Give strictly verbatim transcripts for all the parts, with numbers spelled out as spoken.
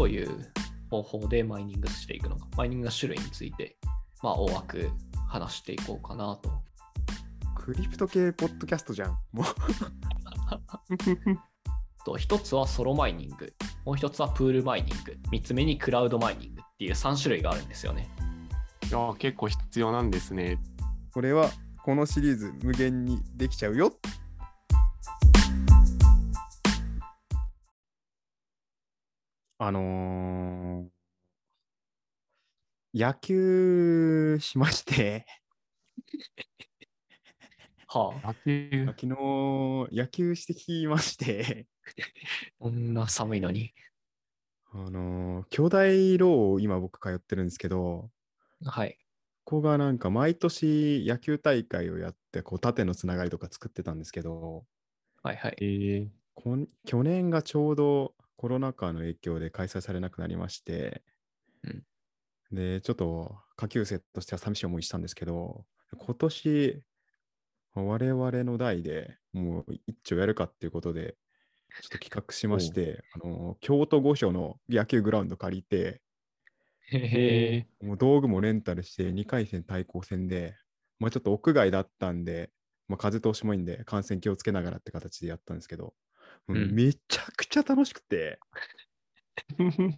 どういう方法でマイニングしていくのか、マイニングの種類について、まあ、大枠話していこうかなと。 クリプト系ポッドキャストじゃん。もうと一つはソロマイニング、もう一つはプールマイニング、三つ目にクラウドマイニングっていうさん種類があるんですよね。 いや結構必要なんですね。 これはこのシリーズ無限にできちゃうよ。あのー、野球しましてはあ、 野球昨日野球してきましてこんな寒いのに。 あのー、兄弟ローを今僕通ってるんですけど、 はい。 ここがなんか毎年野球大会をやってこう縦のつながりとか作ってたんですけど、 はいはい。 えー、 こん去年がちょうどコロナ禍の影響で開催されなくなりまして、 うん、 でちょっと下級生としては寂しい思いしたんですけど、今年我々の代でもう一丁やるかっていうことでちょっと企画しまして、あの京都御所の野球グラウンド借りて、 へへえもう道具もレンタルしてにかい戦対抗戦で、まあ、ちょっと屋外だったんで、まあ、風通しもいいんで感染気をつけながらって形でやったんですけど、 うん、 めちゃくちゃ楽しくて、 ー、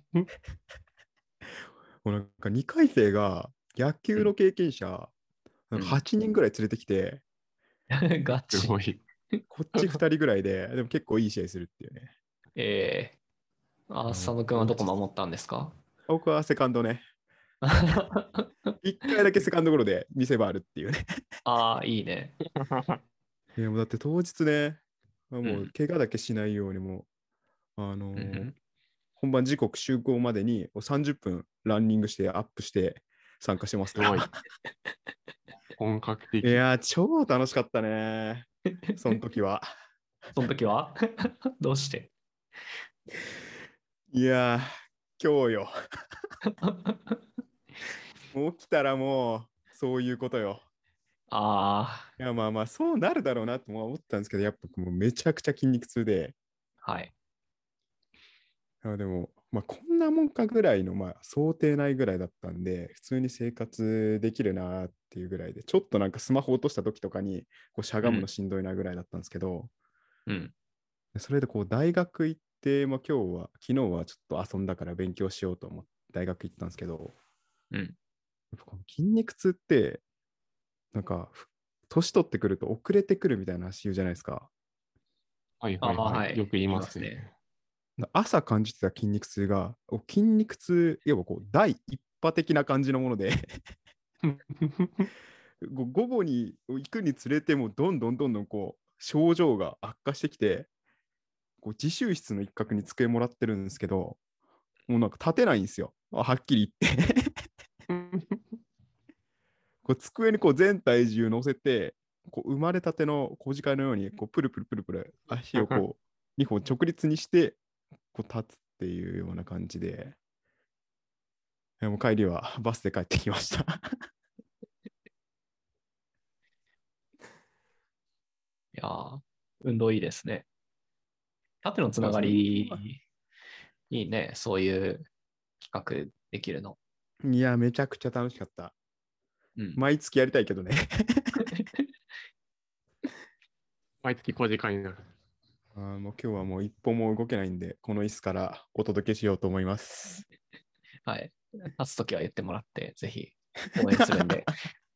もうなんかにかい生が野球の経験者、なんかはちにんぐらい連れてきて、 ガチ。 すごい。 こっちふたりぐらいで、でも結構いい試合するっていうね。 えー、あ、 あの佐野くんはどこ守ったんですか？ 僕はセカンドね。いっかいだけセカンドゴロで見せ場あるっていうね。 ああ、いいね。 いやもうだって当日ね、もう、 うん怪我だけしないようにもう、あのうんうーん、 本番時刻集合までにさんじゅっぷんランニングしてアップして参加してますかすごい。 ら。 本格い的。 やー、超楽しかったね。その時は。 その時はどうして？ いやー、今日よ。もう起きたらもう、そういうことよ。 あいや、まあまあ、そうなるだろうなとも思ったんですけど、やっぱもうめちゃくちゃ筋肉痛で、 あ、はい。 あでも、まあ、こんなもんかぐらいの、まあ、想定内ぐらいだったんで、普通に生活できるなっていうぐらいで、ちょっとなんかスマホ落とした時とかに、こうしゃがむのしんどいなぐらいだったんですけど、 うん。 それでこう大学行って、まあ、今日は、昨日はちょっと遊んだから勉強しようと思って大学行ったんですけど、 うん。 やっぱこの筋肉痛って、なんか、ふ年取ってくると遅れてくるみたいな話言うじゃないですか。 はいああ、 はいはい。 はい。 よく言い言いまね。 ますすね。 朝感じてた筋肉痛が、お筋肉痛、いわばこう、第一波的な感じのものでご午後に行くにつれてもどんどんどんどんこう症状が悪化してきて、こう自習室の一角に机もらってるんですけど、もうなんか立てないんですよ。あはっきり言ってこう机にこう全体重乗せて、こう生まれたての小鹿のようにこうプルプルプルプル足をこうにほん直立にしてこう立つっていうような感じで、もう帰りはバスで帰ってきましたいやー、運動いいですね。縦のつながそうり、いいね。そういう企画できるの。 いや、めちゃくちゃ楽しかった。 うん。 毎月やりたいけどね毎月小時間になる。 あーもう今日はもう一歩も動けないんで、この椅子からお届けしようと思います。 はい。立つときは言ってもらって、ぜひ応援するんで。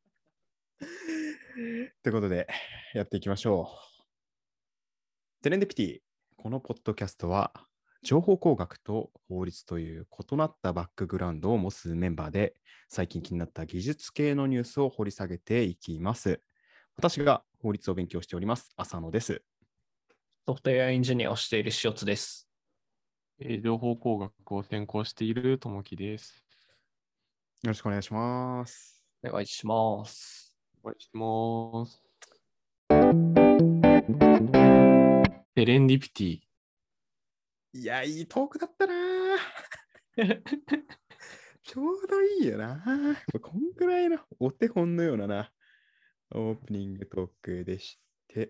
ということで、やっていきましょう。セレンディピティ。このポッドキャストは、情報工学と法律という異なったバックグラウンドを持つメンバーで、最近気になった技術系のニュースを掘り下げていきます。私が法律を勉強しております、浅野です。 ソフトウェアエンジニアをしている塩津です。 えー情報工学を専攻している友樹です。 よろしくお願いします。 お願いします。 お願いします。セレンディピティ。 いや、いいトークだったなちょうどいいよなこんぐらいのお手本のようなな、オープニングトークでして、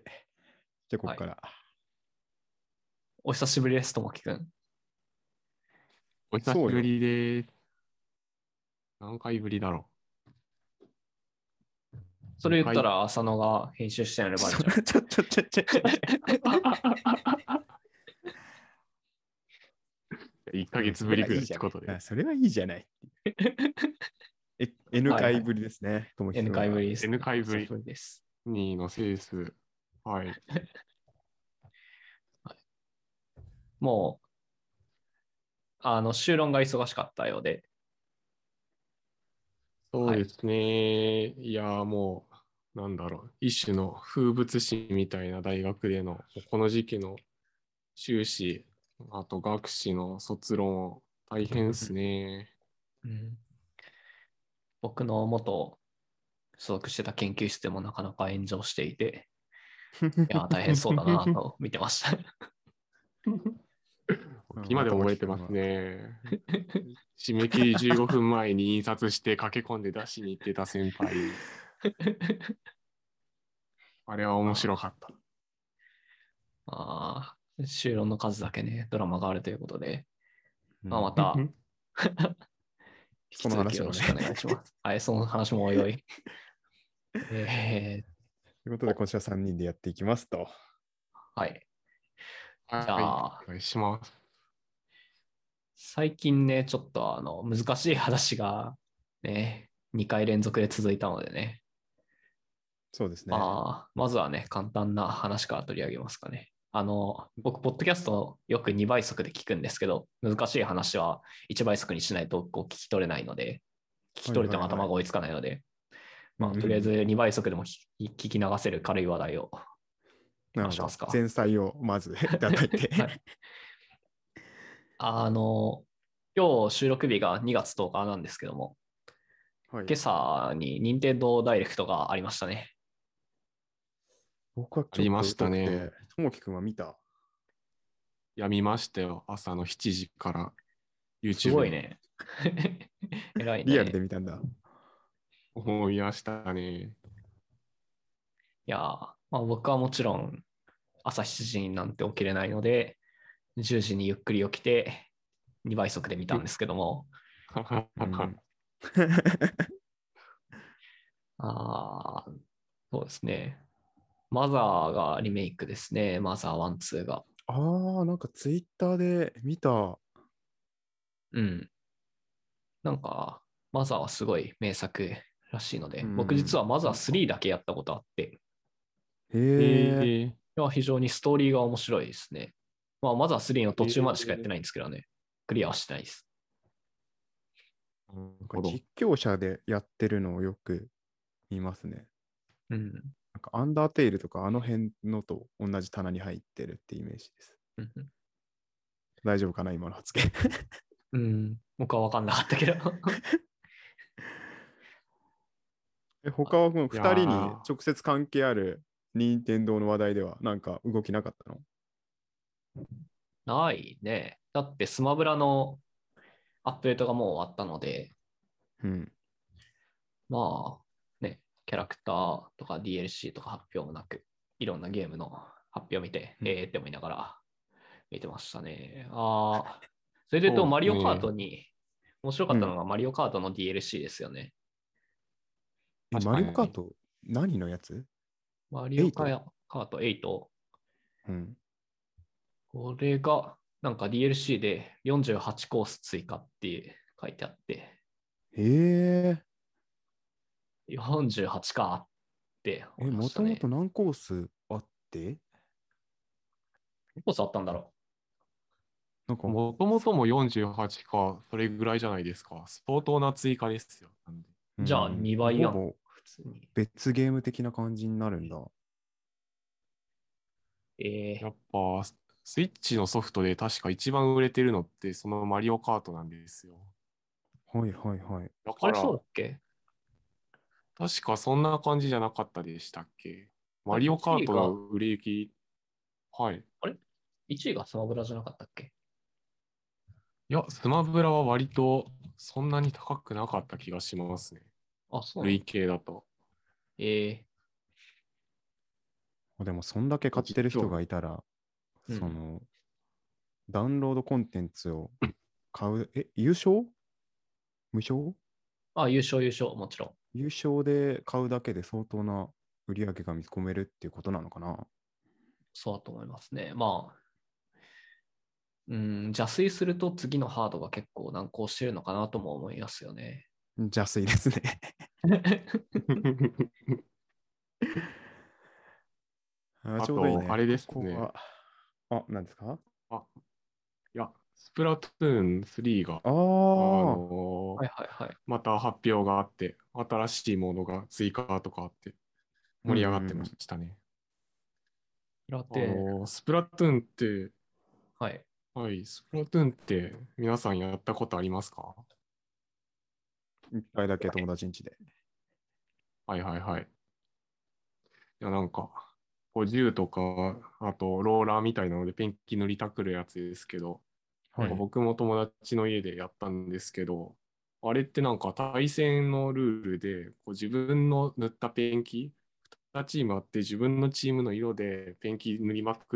じゃあここから、はい、 お久しぶりです、ともきくん。 お久しぶりです。何回ぶりだろそれ言ったら浅野が編集してるバレちゃう。 ちょちょちょちょちょ。 いっかげつぶりぐらいってことで。 それはいいじゃない。え N 回ぶりですね。ともきくん N は回ぶりです、ね。 N 回ぶりそうです。 にのセース。はい。 はい、もう、あの、修論が忙しかったようで。 そうですね。はい、いや、もう、なんだろう。一種の風物詩みたいな大学での、この時期の修士、あと学士の卒論、大変ですね。 うん、僕の元所属してた研究室でもなかなか炎上していて、いや、大変そうだなと見てました。 今でも覚えてますね。締め切りじゅうごふんまえに印刷して駆け込んで出しに行ってた先輩。あれは面白かった。 ああ、修論の数だけね、ドラマがあるということで、 うん、 まあ、また、 引き続きよろしくお願いします。 はい、その話もおいおい。えー、ということで、今週はさんにんでやっていきますと。 はい。 じゃあ、お願いします。 最近ね、ちょっとあの難しい話がね、にかい連続で続いたのでね。 そうですね。 まあ、まずはね、簡単な話から取り上げますかね。あの、僕、ポッドキャストよくにばい速で聞くんですけど、難しい話はいちばい速にしないとこう聞き取れないので、聞き取れても頭が追いつかないので、まあ、とりあえずにばい速でも聞き流せる軽い話題を話しますか。 前菜をまずいただいて、はい。 あの、今日収録日がにがつとおかなんですけども、はい、今朝に任天堂ダイレクトがありましたね。 僕はちょっと疎くて、ともきくんは見た？ いや、見ましたよ。朝のしちじから YouTube。 すごいね。偉いね。 リアルで見たんだ。 思いましたね。 いや、まあ、僕はもちろん朝しちじになんて起きれないので、じゅうじにゆっくり起きてにばい速で見たんですけども。うん、あそうですね。マザーがリメイクですね。マザーワン、ツーが。 ああ、なんかツイッターで見た。 うん。なんか、マザーはすごい名作らしいので、僕実はマザースリーだけやったことあって。 へえ。 いや、非常にストーリーが面白いですね。まあ、マザースリーの途中までしかやってないんですけどね。クリアはしてないです。 実況者でやってるのをよく見ますね。 うん。 なんかアンダーテイルとかあの辺のと同じ棚に入ってるってイメージです。 うん、 大丈夫かな今の発言。 うん。僕は分かんなかったけど。 え他はもうふたりに直接関係ある任天堂の話題ではなんか動きなかったの？ ないね。だってスマブラのアップデートがもう終わったので、 うん、 まあね、キャラクターとか ディーエルシー とか発表もなく、いろんなゲームの発表を見て、うん、えーって思いながら見てましたね。ああ、それで言うとマリオカートに面白かったのがマリオカートの ディーエルシー ですよね。 うん、マリオカート何のやつ？ マリオカートエイト。 うん。 これがなんか ディーエルシー でよんじゅうはちコース追加って書いてあって。 へえ。 よんじゅうはちかって思いましたね。 え、もともと何コースあって？ 何コースあったんだろう。なんかもともともよんじゅうはちか、それぐらいじゃないですか。相当な追加ですよ。なんでじゃあにばいやん。 ほぼ別ゲーム的な感じになるんだ。 えー、 やっぱ、スイッチのソフトで確か一番売れてるのってそのマリオカートなんですよ。 はいはいはい。 だから、 そうだっけ？ 確かそんな感じじゃなかったでしたっけ？マリオカートの売れ行き、はい。 あれ ?いち 位がスマブラじゃなかったっけ？ いや、スマブラは割とそんなに高くなかった気がしますね。 あ、そう累計だと。 えー、でも、そんだけ買ってる人がいたら、その、うん、ダウンロードコンテンツを買う、え、優勝無償あ、優勝優勝、もちろん。 優勝で買うだけで相当な売り上げが見込めるっていうことなのかな。 そうだと思いますね。まあ、うん、邪推すると次のハードが結構難航してるのかなとも思いますよね。 邪推ですね。ああと、 ちょうどいいね。 あれですね。 ここは。あ、何ですか？ あ、いや、スプラトゥーンスリーが、 あああ、 のーはいはいはい。 また発表があって、新しいものが追加とかあってうんうん盛り上がってまうん。 したね。あラテ、 のースプラトゥーンって、 はい。 はい、スプラトゥーンって皆さんやったことありますか？ 一回だけ友達ん家で。 はいはいはい。いや、なんか、こう銃とか、あとローラーみたいなのでペンキ塗りたくるやつですけど、なんかはい。 僕も友達の家でやったんですけど、あれってなんか対戦のルールで、こう自分の塗ったペンキ、にチームあって自分のチームの色でペンキ塗りまくって、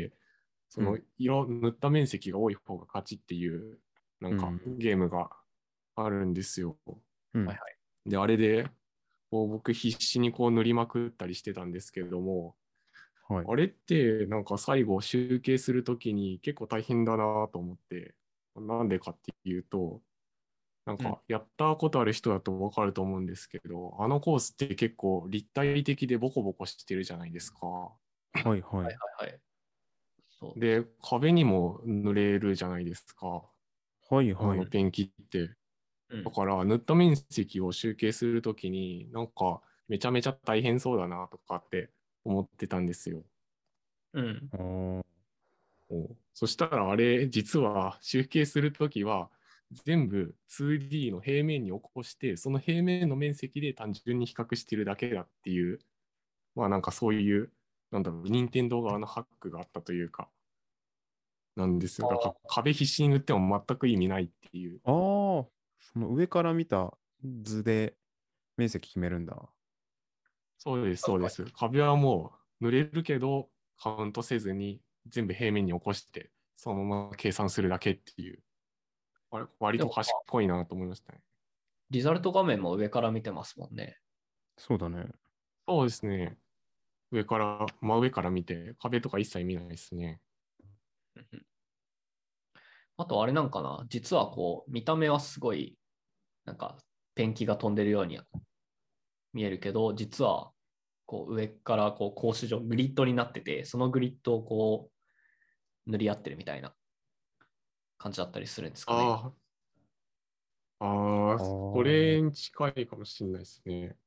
そのうん。 色、塗った面積が多い方が勝ちっていう、なんかうん。 ゲームがあるんですよ。 うん。 はいはい。 で、あれで、こう僕必死にこう塗りまくったりしてたんですけれども、 はい。 あれってなんか最後集計するときに結構大変だなと思って、なんでかっていうと、なんうん。 かやったことある人だとわかると思うんですけど、あのコースって結構立体的でボコボコしてるじゃないですか。 はい。ははいい。 はいはい。そう。 で、壁にも塗れるじゃないですか。 はい。はい。 うん。 あのペンキって。 うん。 だから塗った面積を集計するときになんかめちゃめちゃ大変そうだなとかって思ってたんですよ。 うん。 あーおそしたらあれ、実は集計するときは、全部 ツーディー の平面に起こして、その平面の面積で単純に比較してるだけだっていう、まあなんかそういう、なんだろう、任天堂側のハックがあったというか、なんですよ。だからあ壁必死に塗っても全く意味ないっていう。 あー、その上から見た図で面積決めるんだ。 そうです、 あ、確かに。 そうです。壁はもう塗れるけど、カウントせずに全部平面に起こして、そのまま計算するだけっていう。あれ、割とでも、まあ、 賢いなと思いましたね。 リザルト画面も上から見てますもんね。 そうだね。 そうですね。上から、真上から見て、壁とか一切見ないですね。 うんうん。あと、あれなんかな。実はこう、見た目はすごい、なんか、ペンキが飛んでるように見えるけど、実は、こう、上からこう、格子状、グリッドになってて、そのグリッドをこう、塗り合ってるみたいな感じだったりするんですかね。 ああ、ああ、 あそれあ。 に近いかもしれないですね。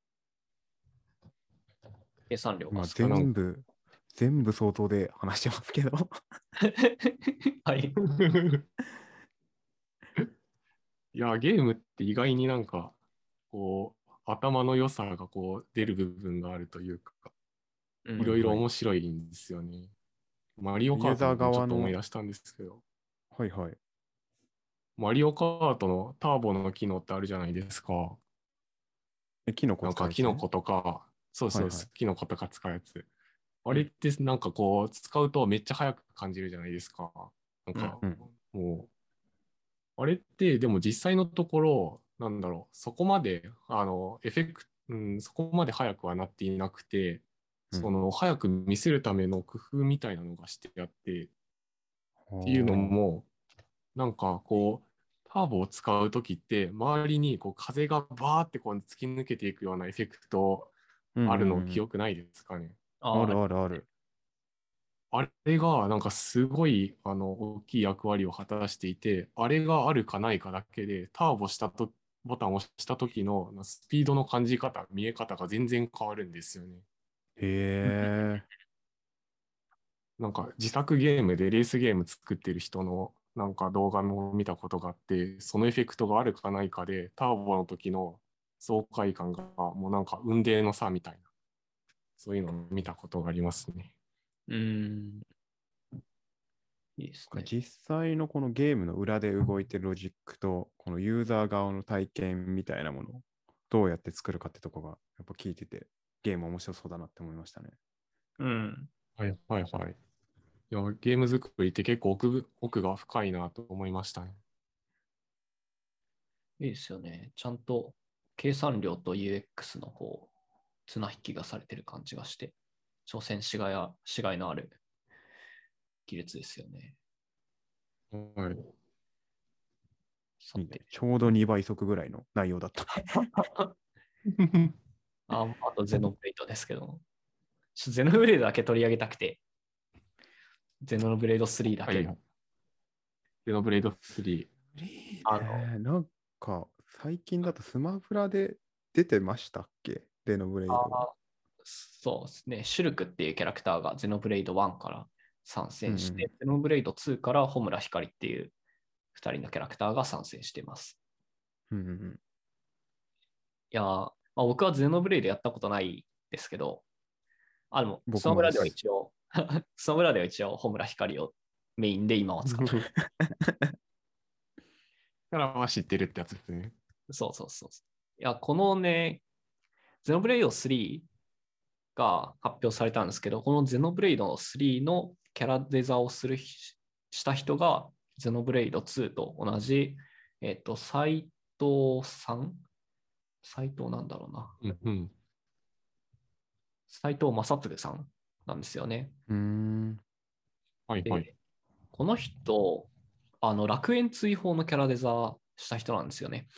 計算量が今少ない。 あなんか全部、全部相当で話してますけど。 はい。 いや、ゲームって意外になんか、こう、頭の良さがこう、出る部分があるというか、いろいろうん。 はい。 面白いんですよね。マリオカートユーザーもちょっと思い側の、 出したんですけど、 はいはい。 マリオカートのターボの機能ってあるじゃないですか。 え、キノコなん使うやつ？ かキノコとか、そうそうです、 はいはい。 キノコとか使うやつ。あうん。 れってなんかこう、使うとめっちゃ速く感じるじゃないですか。なんうん。 か、 うん。 もう、あれってでも実際のところ、なんだろう、そこまで、あの、エフェクト、うん、そこまで速くはなっていなくて、 うん。 その、速く見せるための工夫みたいなのがしてあって、っていうのあも、なんかこう、ターボを使うときって、周りにこう風がバーってこう突き抜けていくようなエフェクトあ。うんあるのうんうん。 記憶ないですかね。 あああ、 るあるある。 あれがなんかすごいあの大きい役割を果たしていて、あれがあるかないかだけで、ターボしたと、ボタンを押した時のスピードの感じ方、見え方が全然変わるんですよね。 へえ。 なんか自作ゲームでレースゲーム作ってる人のなんか動画も見たことがあって、そのエフェクトがあるかないかで、ターボの時の爽快感がもうなんか雲泥の差みたいな、そういうのを見たことがありますね。 うん。いいですね。 実際のこのゲームの裏で動いてるロジックと、このユーザー側の体験みたいなものをどうやって作るかってとこが、やっぱ聞いてて、ゲーム面白そうだなって思いましたね。 うん。 はいはいはい。いや、ゲーム作りって結構奥ぶ、奥が深いなと思いましたね。 いいですよね。ちゃんと計算量と ユーエックス のこう、綱引きがされてる感じがして、挑戦しがいしがいのある技術ですよね。 はい。 さいいねて。 ちょうどにばい速ぐらいの内容だった。 ああとゼノブレイドですけど、ゼノブレイドだけ取り上げたくて、ゼノブレイドスリーだけ。 はい。ゼノブレイドスリあのえーなんか、最近だとスマブラで出てましたっけデノブレイド。 あそうですね、シュルクっていうキャラクターがゼノブレイドワンから参戦して、 うんうんゼノブレイドツーから穂村光っていうふたりのキャラクターが参戦しています。 うんうんうんいやー、まあ、僕はゼノブレイドやったことないですけど、あ、でも、スマブラでは僕もです。 一応、スマブラでは一応、穂村光をメインで今は使ってる。 ー。からは知ってるってやつですね。 そうそうそう。いや、このね、ゼノブレイドスリーが発表されたんですけど、このゼノブレイドスリーのキャラデザをするした人が、ゼノブレイドツーと同じ、えっ、と、斎藤さん斎藤なんだろうな。 うんうん。 斎藤正嗣さんなんですよね。 うーん。 はいはい。 で、この人、あの、楽園追放のキャラデザした人なんですよね。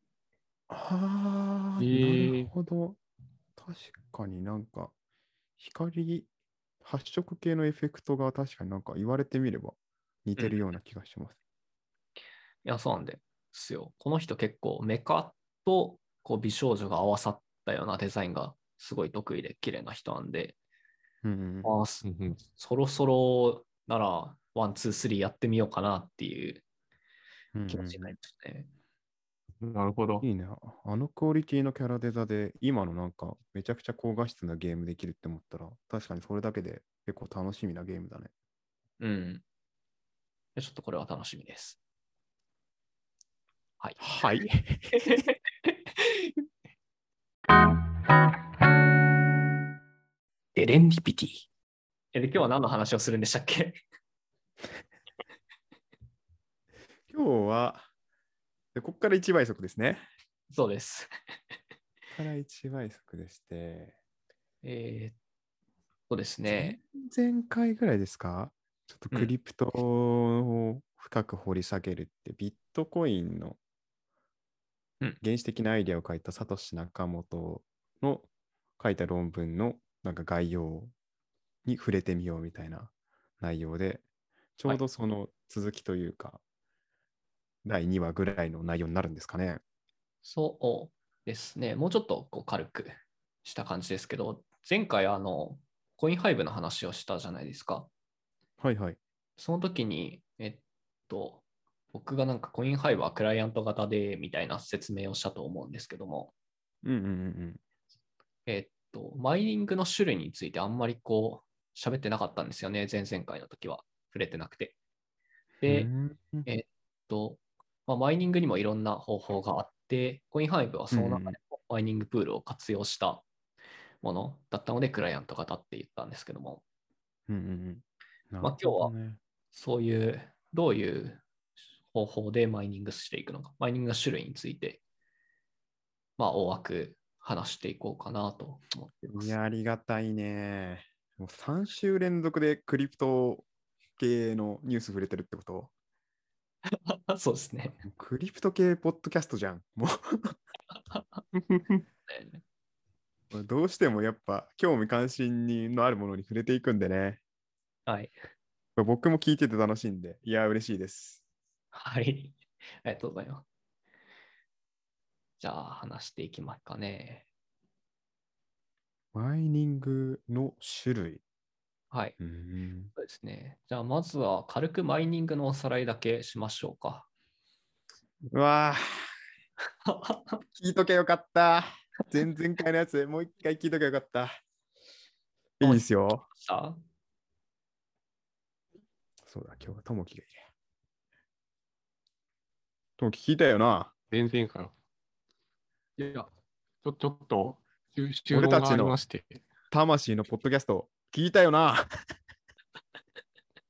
ああ、 えなるー、 ほど。確かになんか、光、発色系のエフェクトが確かになんか言われてみれば似うん。いてるような気がします。 や、そうなんですよ。この人結構メカとこう美少女が合わさったようなデザインがすごい得意で綺麗な人なんで、 うんうんあーそうんうん。 そろそろならワン、ツー、スリーやってみようかなっていううん気持ちになりうんましたね。 なるほどうん。いいね。あのクオリティのキャラデザで今のなんかめちゃくちゃ高画質なゲームできるって思ったら確かにそれだけで結構楽しみなゲームだね。 うん。ちょっとこれは楽しみです。はい。 はい。 エレンディピティ。えで、今日は何の話をするんでしたっけ？ 今日は、でここからいちばい速ですね。 そうです。 ここからいちばい速でして、 えーっとです前ね。 々回ぐらいですかちょっとうん。 クリプトを深く掘り下げるって、ビットコインのうん。 原始的なアイデアを書いたサトシ・ナカモトの書いた論文のなんか概要に触れてみようみたいな内容で、ちょうどその続きというか、だいにわぐらいの内容になるんですかね。 そうですね。もうちょっとこう軽くした感じですけど、前回あの、コインハイブの話をしたじゃないですか。 はいはい。 その時に、えっと、僕がなんかコインハイブはクライアント型でみたいな説明をしたと思うんですけども、 うんうんうんえっと、マイニングの種類についてあんまりこう、喋ってなかったんですよね。前々回の時は触れてなくて。 うん。 で、 うーんえっと、まあ、マイニングにもいろんな方法があって、コインハイブはその中でもマイニングプールを活用したものだったので、クライアント型って言ったんですけども、 うんうんうん。なるまあ、今日はほどね。 そういう、どういう方法でマイニングしていくのか、マイニングの種類について、まあ、大枠話していこうかなと思っています。 いや、ありがたいね。もうさん週連続でクリプト系のニュース触れてるってことそうですね。 クリプト系ポッドキャストじゃん。もうどうしてもやっぱ興味関心にのあるものに触れていくんでね。 はい。 僕も聞いてて楽しいんで、いや、嬉しいです。 はい。ありがとうございます。じゃあ、話していきますかね。 マイニングの種類。 はい。 うーん。 そうですね。じゃあ、まずは軽くマイニングのおさらいだけしましょうか。 うわぁ、聞いとけよかった。前々回のやつ、もう一回聞いとけよかった。いいですよ。 さそうだ、今日はともきがいる。ともき聞いたよな。 全然かよ。いや、ちょちょっと、収集俺たちの論がありまして。 魂のポッドキャスト、聞いたよな。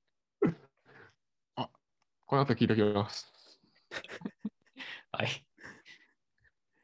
あ、この後聞いておきます。 はい。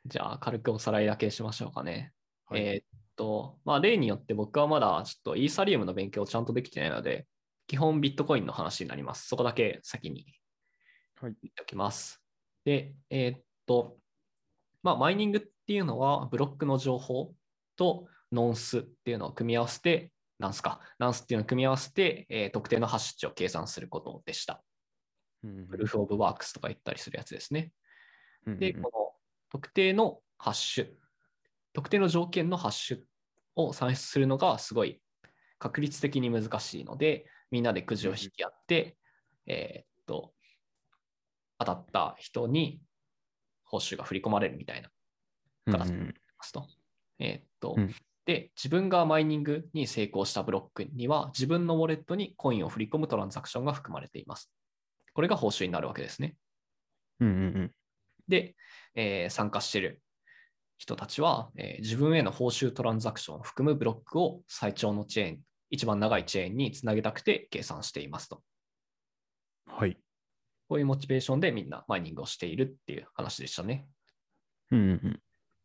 じゃあ、軽くおさらいだけしましょうかね。 はいえーっと、まあ、例によって僕はまだちょっとイーサリウムの勉強をちゃんとできてないので、基本ビットコインの話になります。そこだけ先にはい。 言っておきます。で、えーっと、まあ、マイニングっていうのは、ブロックの情報とノンスっていうのを組み合わせて、ナンスか。ナンスっていうのを組み合わせて、えー特定のハッシュ値を計算することでした。 うんプルーフオブワークスとか言ったりするやつですね。で、 うんうんこの特定のハッシュ、特定の条件のハッシュを算出するのがすごい確率的に難しいので、みんなでくじを引き合って、えーっと、当たった人に報酬が振り込まれるみたいな形になりますと。えーっと、 うんで、自分がマイニングに成功したブロックには、自分のウォレットにコインを振り込むトランザクションが含まれています。これが報酬になるわけですね。 うんうんうんで、えー参加している人たちは、えー自分への報酬トランザクションを含むブロックを最長のチェーン、一番長いチェーンにつなげたくて計算していますと。 はい。 こういうモチベーションでみんなマイニングをしているっていう話でしたね。 うんうんうん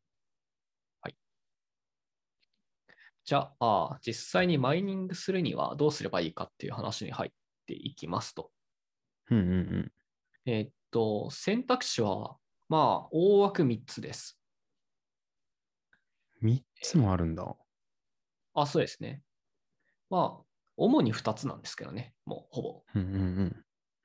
じゃあ、実際にマイニングするにはどうすればいいかっていう話に入っていきますと。 うんうんうんえーっと、選択肢は、まあ、大枠みっつです。 みっつもあるんだ。 あ、そうですね。まあ、主にふたつなんですけどね、もうほぼ。 うんうんうん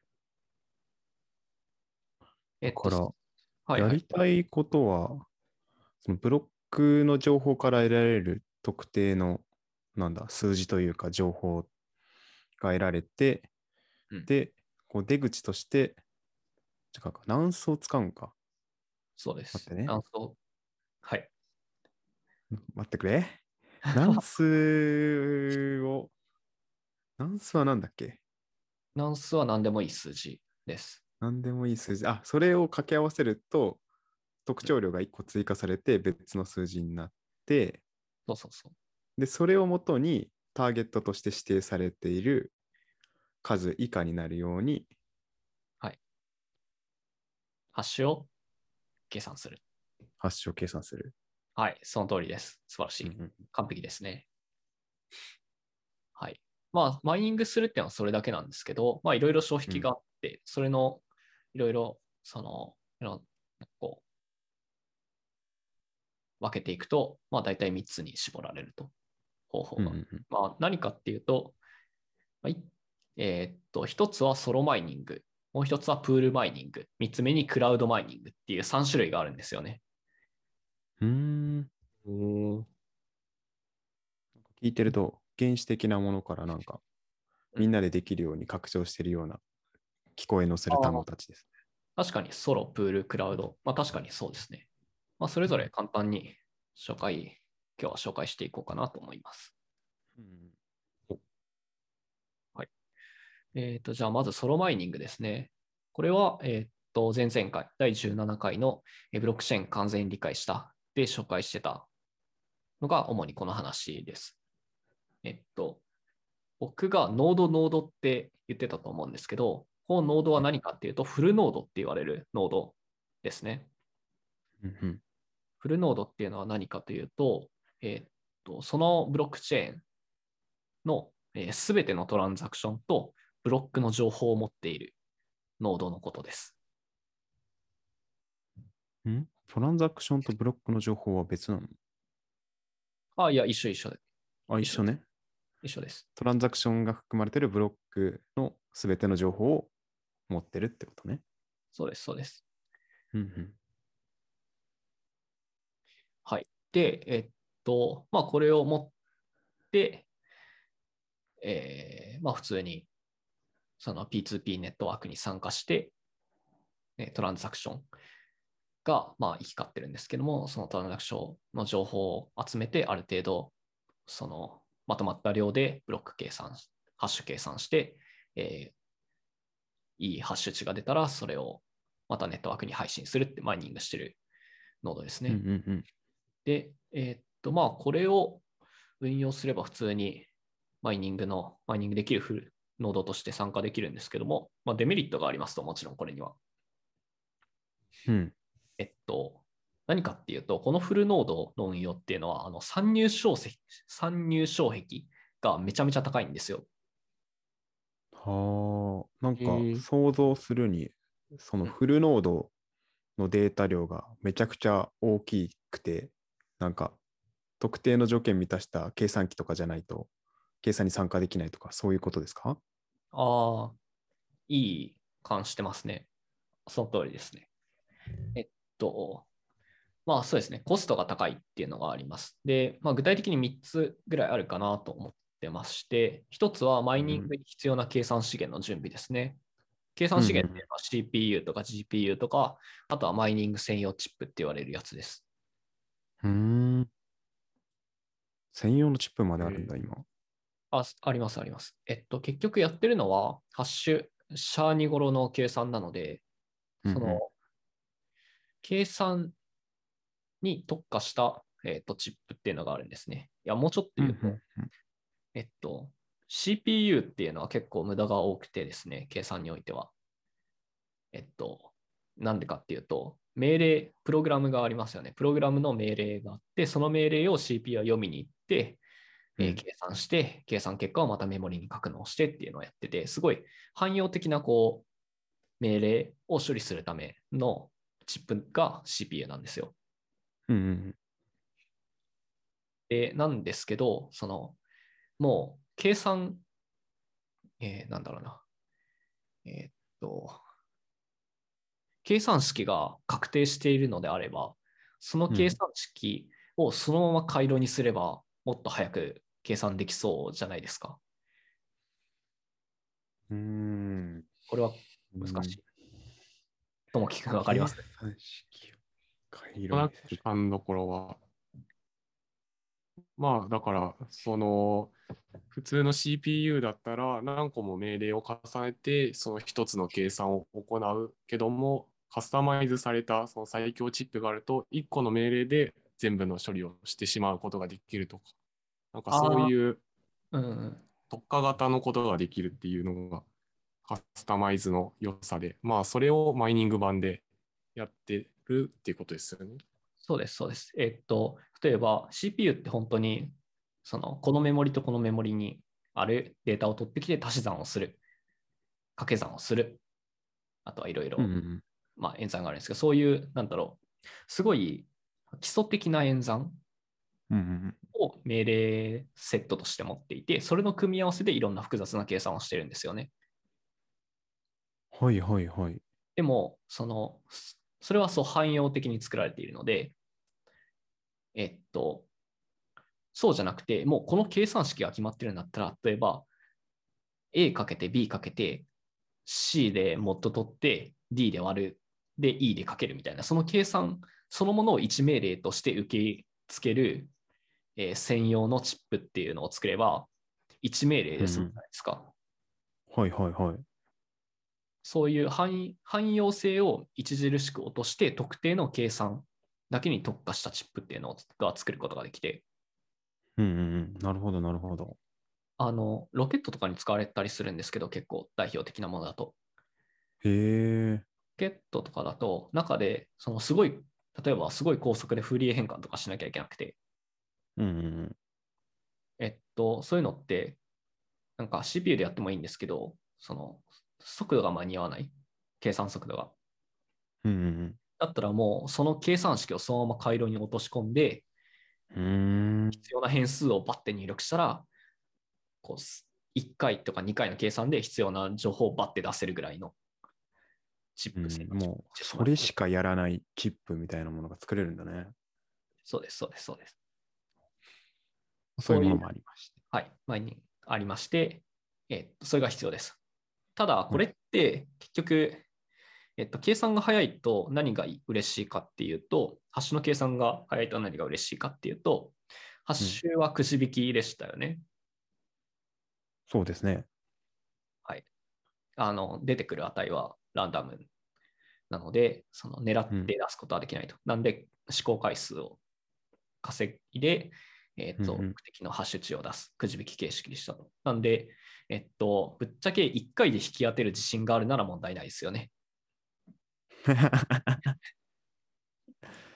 えっと、 だから、 はいはい。 やりたいことは、そのブロックの情報から得られる特定の、なんだ、数字というか情報が得られて、 うん、 で、こう出口として、違うか、ナンスを使うんか。 そうです。 待ってね。 あそうはい。 待ってくれ。ナンスを、ナンスはなんだっけ？ ナンスは何でもいい数字です。 なんでもいい数字。あ、それを掛け合わせると、特徴量がいっこ追加されて別の数字になって、 そうそうそう。 で、それをもとにターゲットとして指定されている数以下になるように、 はい。ハッシュを計算する。 ハッシュを計算する。 はい。その通りです。素晴らしい。 うんうん完璧ですね。はい。まあ、マイニングするっていうのはそれだけなんですけど、まあ、いろいろ障壁があって、それの、いろいろ、その、いろこう、分けていくと、まあ、大体みっつに絞られると、方法が。 うんうんうんまあ、何かっていうと、はい。えーっと、一つはソロマイニング、もう一つはプールマイニング、三つ目にクラウドマイニングっていうさん種類があるんですよね。 うーん。 うーん。 聞いてると、原始的なものからなんか、 うんみんなでできるように拡張しているような聞こえのする単語たちです。 確かにソロ、プール、クラウド。まあ確かにそうですね。まあそれぞれ簡単に紹介、今日は紹介していこうかなと思います。 うんはい。えっと、じゃあまずソロマイニングですね。これは、えっと、前々回、だいじゅうななかいのえブロックチェーン完全に理解したで紹介してたのが主にこの話です。えっと、僕がノードノードって言ってたと思うんですけど、このノードは何かっていうと、フルノードって言われるノードですね。 うんうんフルノードっていうのは何かというと、えーっとそのブロックチェーンのすべ、えー、てのトランザクションとブロックの情報を持っているノードのことです。 んトランザクションとブロックの情報は別なの？ あ、いや、一緒一緒で。 あ、一緒ね。 一緒です。 トランザクションが含まれているブロックのすべての情報を持ってるってことね。 そうです、そうです。 うんうんはい。で、えっと、まあ、これを持って、えー、まあ、普通にその ピーツーピー ネットワークに参加して、ね、トランザクションが、まあ、行き交ってるんですけども、そのトランザクションの情報を集めて、ある程度、そのまとまった量でブロック計算、ハッシュ計算して、えー、いいハッシュ値が出たら、それをまたネットワークに配信するってマイニングしてるノードですうんうね。 んうんで、えーっと、まあ、これを運用すれば普通にマイニングの、マイニングできるフルノードとして参加できるんですけども、まあ、デメリットがありますと、もちろんこれには。 うんえっと、 何かっていうと、このフルノードの運用っていうのは、あの参入障壁、参入障壁がめちゃめちゃ高いんですよ。 はあ、なんかえー、 想像するに、そのうん、 フルノードのデータ量がめちゃくちゃ大きくて、なんか特定の条件満たした計算機とかじゃないと計算に参加できないとか、そういうことですか？ ああ、いい感してますね。その通りですね。えっと、まあそうですね、コストが高いっていうのがあります。で、まあ、具体的にみっつぐらいあるかなと思ってまして、ひとつはマイニングに必要な計算資源の準備ですね。計算資源っていうのは シーピーユー とか ジーピーユー とか、あとはマイニング専用チップって言われるやつです。 うん。うーん。専用のチップまであるんだ、 え今。 あ、あります、あります。えっと、結局やってるのは、ハッシュ、シャーニ頃の計算なので、その、 うん計算に特化した、えっと、チップっていうのがあるんですね。いや、もうちょっとうん。う言うと、 んうんえっと、シーピーユー っていうのは結構無駄が多くてですね、計算においては。えっと、なんでかっていうと、命令、プログラムがありますよね。プログラムの命令があって、その命令を シーピーユー は読みに行って、えーうん計算して、計算結果をまたメモリに格納してっていうのをやってて、すごい汎用的なこう命令を処理するためのチップが シーピーユー なんですよ。 うんうんで、なんですけど、その、もう計算、えーなんだろうな。えーっと、計算式が確定しているのであれば、その計算式をそのまま回路にすれば、もっと早く計算できそうじゃないですか。 うん。 これはうーん。 難しい。ともきくんわかりま計す？ 算式を回ー、な路にする。 感のところは、まあ、だから、その、普通の シーピーユー だったら何個も命令を重ねて、その一つの計算を行うけども、カスタマイズされたその最強チップがあると、いっこの命令で全部の処理をしてしまうことができるとか、なんかそうああ、 いううん。 特化型のことができるっていうのがカスタマイズの良さで、まあそれをマイニング版でやってるっていうことですよね。 そうです、そうです。えっと、例えば シーピーユー って本当に、その、このメモリとこのメモリにあるデータを取ってきて足し算をする、掛け算をする、あとはいろいろ、 うんうんまあ、演算があるんですけど、そういう、なんだろう、すごい基礎的な演算うんうんを命令セットとして持っていて、それの組み合わせでいろんな複雑な計算をしてるんですよね。 はいはいはい。 でも、その、それはそう汎用的に作られているので、えっと、そうじゃなくて、もうこの計算式が決まってるんだったら、例えば A かけて B かけて C でモッド取って D で割る、で E でかけるみたいな、その計算そのものをいち命令として受け付ける、えー専用のチップっていうのを作れば、いち命令で済むじうんうん。 ゃないですか。 はいはいはい。 そういう汎汎用性を著しく落として、特定の計算だけに特化したチップっていうのが作ることができて、 うんうんうん。なるほどなるほど。 あの、ロケットとかに使われたりするんですけど、結構代表的なものだと。 へえ。 ロケットとかだと、中で、そのすごい、例えばすごい高速でフリー変換とかしなきゃいけなくて、 うんうんえっと、そういうのって、なんか シーピーユー でやってもいいんですけど、その、速度が間に合わない。計算速度が。 うん。うんだったらもう、その計算式をそのまま回路に落とし込んで、 うん。うーん。 必要な変数をバッて入力したら、こう、いっかいとかにかいの計算で必要な情報をバッて出せるぐらいのチップ性うん、 のチップもう、 システムができる。 それしかやらないチップみたいなものが作れるんだね。 そうです、そうです、そうです。 そういうものそういう、 もありまして。 はい、前にありまして、えっと、それが必要です。ただ、こはい。 れって結局、えっと、計算が早いと何が嬉しいかっていうと、ハッシュの計算が早いと何が嬉しいかっていうと、ハッうん。 シュはくじ引きでしたよね。 そうですね。 はい。あの、出てくる値はランダムなので、その狙ってうん。 出すことはできないと。なんで、試行回数を稼いで、えっと、 うんうん。 目的のハッシュ値を出す、くじ引き形式でしたと。なんで、えっと、ぶっちゃけいっかいで引き当てる自信があるなら問題ないですよね。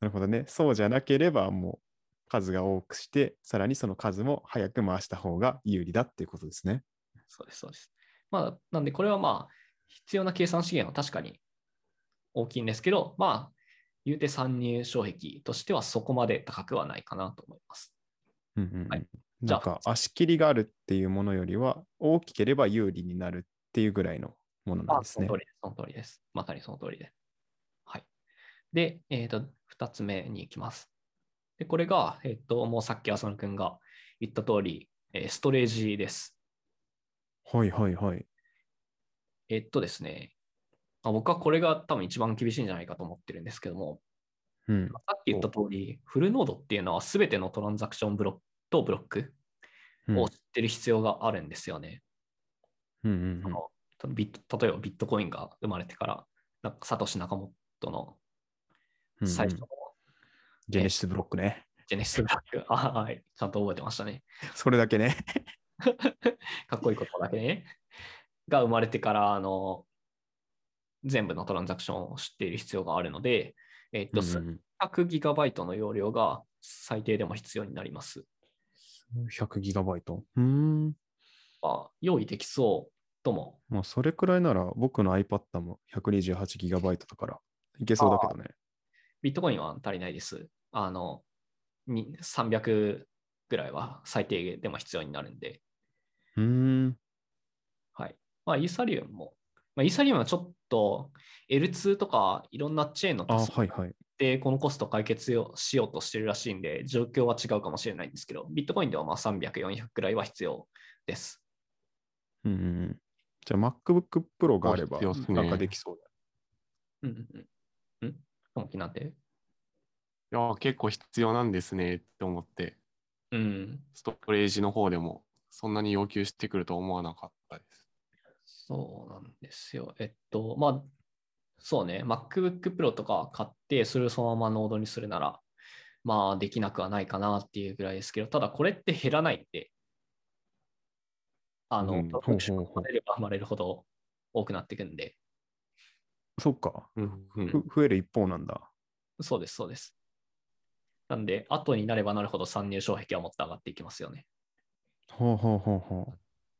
なるほどね。そうじゃなければ、もう数が多くして、さらにその数も早く回した方が有利だっていうことですね。 そうです、そうです。まあ、なんでこれはまあ、必要な計算資源は確かに大きいんですけど、まあ、言うて参入障壁としてはそこまで高くはないかなと思います。 うんうんうんはい。じゃあ、 なんか足切りがあるっていうものよりは大きければ有利になるっていうぐらいのものなんあ、 ですね。 その通りです。その通りです。まさにその通りです。はい。で、えっと、二つ目に行きます。で、これが、えっと、もうさっき浅野くんが言った通り、えーストレージです。 はいはいはい。 えっとですね、まあ、僕はこれが多分一番厳しいんじゃないかと思ってるんですけども、 うん。 さっき言った通り、フルノードっていうのは全てのトランザクションブロックとブロックうんを知ってる必要があるんですよね。 うんうんそのそのビット例えばビットコインが生まれてから、なんかサトシ・ナカモトのうんうん最初の、 ジェネシスブロックね。 ジェネシスブロック、あ、はい、ちゃんと覚えてましたね。 それだけね。 かっこいいことだけね。が生まれてから、あの、全部のトランザクションを知っている必要があるので、えっと、 うんうんうんひゃくギガバイトの容量が最低でも必要になります。 ひゃくギガバイト。うーん。 まあ、用意できそうとも。 まあ、それくらいなら僕の iPad も ひゃくにじゅうはちギガバイトだからいけあそうだけどね。 ビットコインは足りないです。あの、にさんびゃくぐらいは最低でも必要になるんで。 うーん。 はい。まあ、イーサリアムも、まあ、イーサリアムはちょっと エルツー とかいろんなチェーンのあ、 足すはいはい。 でこのコスト解決をしようとしてるらしいんで、状況は違うかもしれないんですけど、ビットコインではまあさんびゃく、よんひゃくくらいは必要です。 うんうんうん。じゃあ MacBook Pro があれば必要っすねなんかできそうだ。 うんうんうん。うんともきなんて。 いや、結構必要なんですねって思って、 うん。 ストレージの方でもそんなに要求してくると思わなかったです。 そうなんですよ。えっと、まあ、そうね、MacBook Pro とか買って、それをそのままノードにするなら、まあ、できなくはないかなっていうぐらいですけど、ただこれって減らないんで、あの、 うん。 トランザほうクションが生まほうほれれば生まれるほど多くなっていくんで、 う。そっか。 うんうふん。 増える一方なんだ。 そうです、そうです。なんで、後になればなるほど参入障壁はもっと上がっていきますよね。 ほうほうほうほ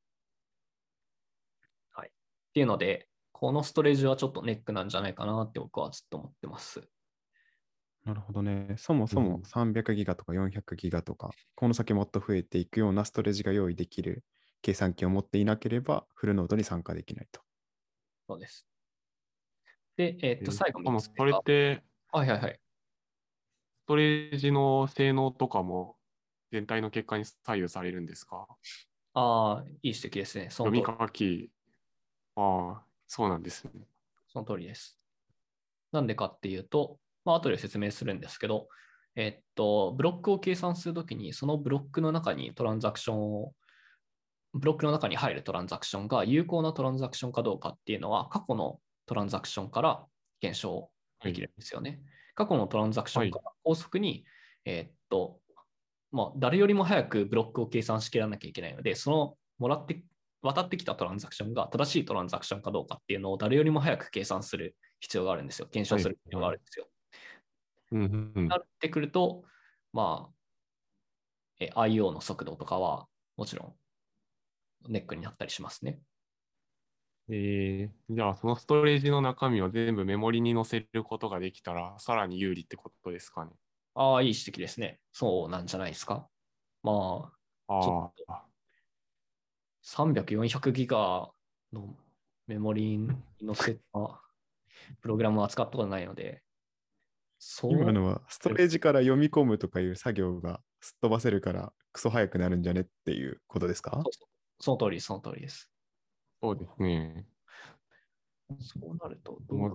はい。っていうので、このストレージはちょっとネックなんじゃないかなって僕はずっと思ってます。 う。なるほどね。そもそもうんさんびゃくギガとかよんひゃくギガとか、この先もっと増えていくようなストレージが用意できる計算機を持っていなければ、フルノードに参加できないと。 そうです。で、えっと、 えー最後3 しかもそれっつ目が、 て、 はいはいはい。 ストレージの性能とかも全体の結果に左右されるんですか？ ああ、いい指摘ですね。その読み通り。 書き、ああ、そうなんですね。 その通りです。なんでかっていうと、まあ、後で説明するんですけど、えっと、ブロックを計算するときに、そのブロックの中にトランザクションを、ブロックの中に入るトランザクションが有効なトランザクションかどうかっていうのは、過去のトランザクションから検証できるんですよね。過去のトランザクショはい。 ンから高速に、えっと、まあ、誰よりも早くブロックを計算しきらなきゃいけないので、そのもらって渡ってきたトランザクションが正しいトランザクションかどうかっていうのを誰よりも早く計算する必要があるんですよ。検証はい。 する必要があるんですよ。 うんうん。 なってくると、まあ、え アイオー の速度とかはもちろんネックになったりしますね。 えー、じゃあ、そのストレージの中身を全部メモリに載せることができたら、さらに有利ってことですかね。 ああ、いい指摘ですね。そうなんじゃないですか。まあ、ちょっとああ、 さんびゃく、よんひゃくギガのメモリに載せたプログラムを扱ったことないので、そう今のはストレージから読み込むとかいう作業がすっ飛ばせるからクソ早くなるんじゃねっていうことですか？ そうそうその通り、その通りです。 そうですね。 そうなるとどうなも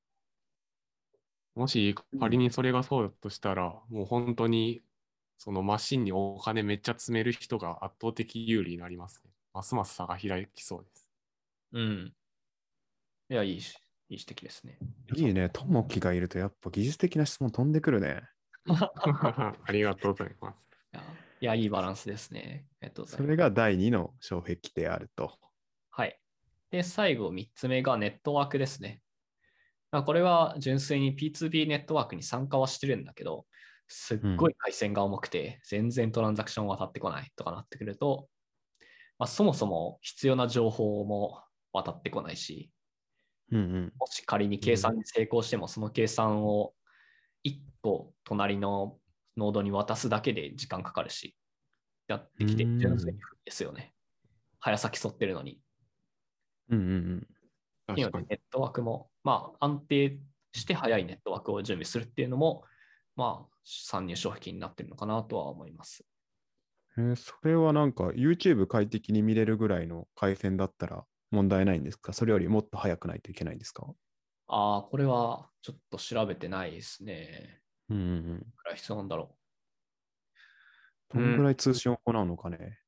もし仮にそれがそうだとしたら、もう本当にそのマシンにお金めっちゃ積める人が圧倒的有利になりますね。ますます差が開きそうです。 うん。いや、いいし、いい指摘ですね。 いいね。ともきがいるとやっぱ技術的な質問飛んでくるね。 ありがとうございます。 いや、いやいいバランスですね。ありがとうございます。 それがだいにの障壁であると。 はい。で、最後みっつめがネットワークですね。 まあこれは純粋に ピーツービー ネットワークに参加はしてるんだけど、すっごい回線が重くて、全然トランザクション渡ってこないとかなってくると、まあ、そもそも必要な情報も渡ってこないし、 うんうん。 もし仮に計算に成功しても、その計算をいっこ隣のノードに渡すだけで時間かかるし、やってきて、純粋に不利ですよね。早先沿ってるのに。 うんうんうん。 確かに。 ネットワークも、まあ、安定して早いネットワークを準備するっていうのも、まあ、参入障壁になってるのかなとは思います。 えーそれはなんか YouTube 快適に見れるぐらいの回線だったら問題ないんですか？それよりもっと早くないといけないんですか？ ああ、これはちょっと調べてないですね。 うんうんうん。 いくら必要なんだろどんぐらい通信を行うのかね。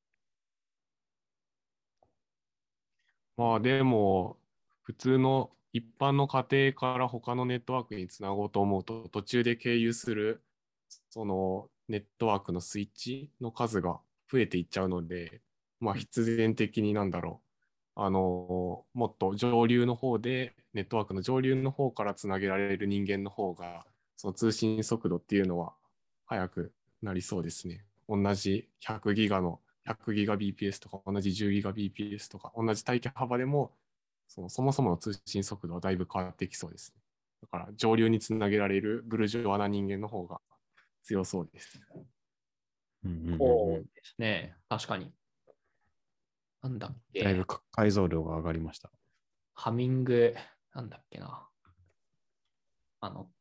まあでも、普通の一般の家庭から他のネットワークにつなごうと思うと、途中で経由するそのネットワークのスイッチの数が増えていっちゃうので、まあ必然的になんだろう。あの、もっと上流の方で、ネットワークの上流の方からつなげられる人間の方が、その通信速度っていうのは速くなりそうですね。同じひゃくギガのひゃくギガ ビーピーエス とか同じじゅうギガ ビーピーエス とか同じ帯域幅でもそのそもそもの通信速度はだいぶ変わってきそうですね。だから上流につなげられるブルジョワな人間の方が強そうです。 うんうんうんそうですね。確かに。なんだっだいぶけ。 解像度が上がりました。 ハミング、なんだっけな。あの、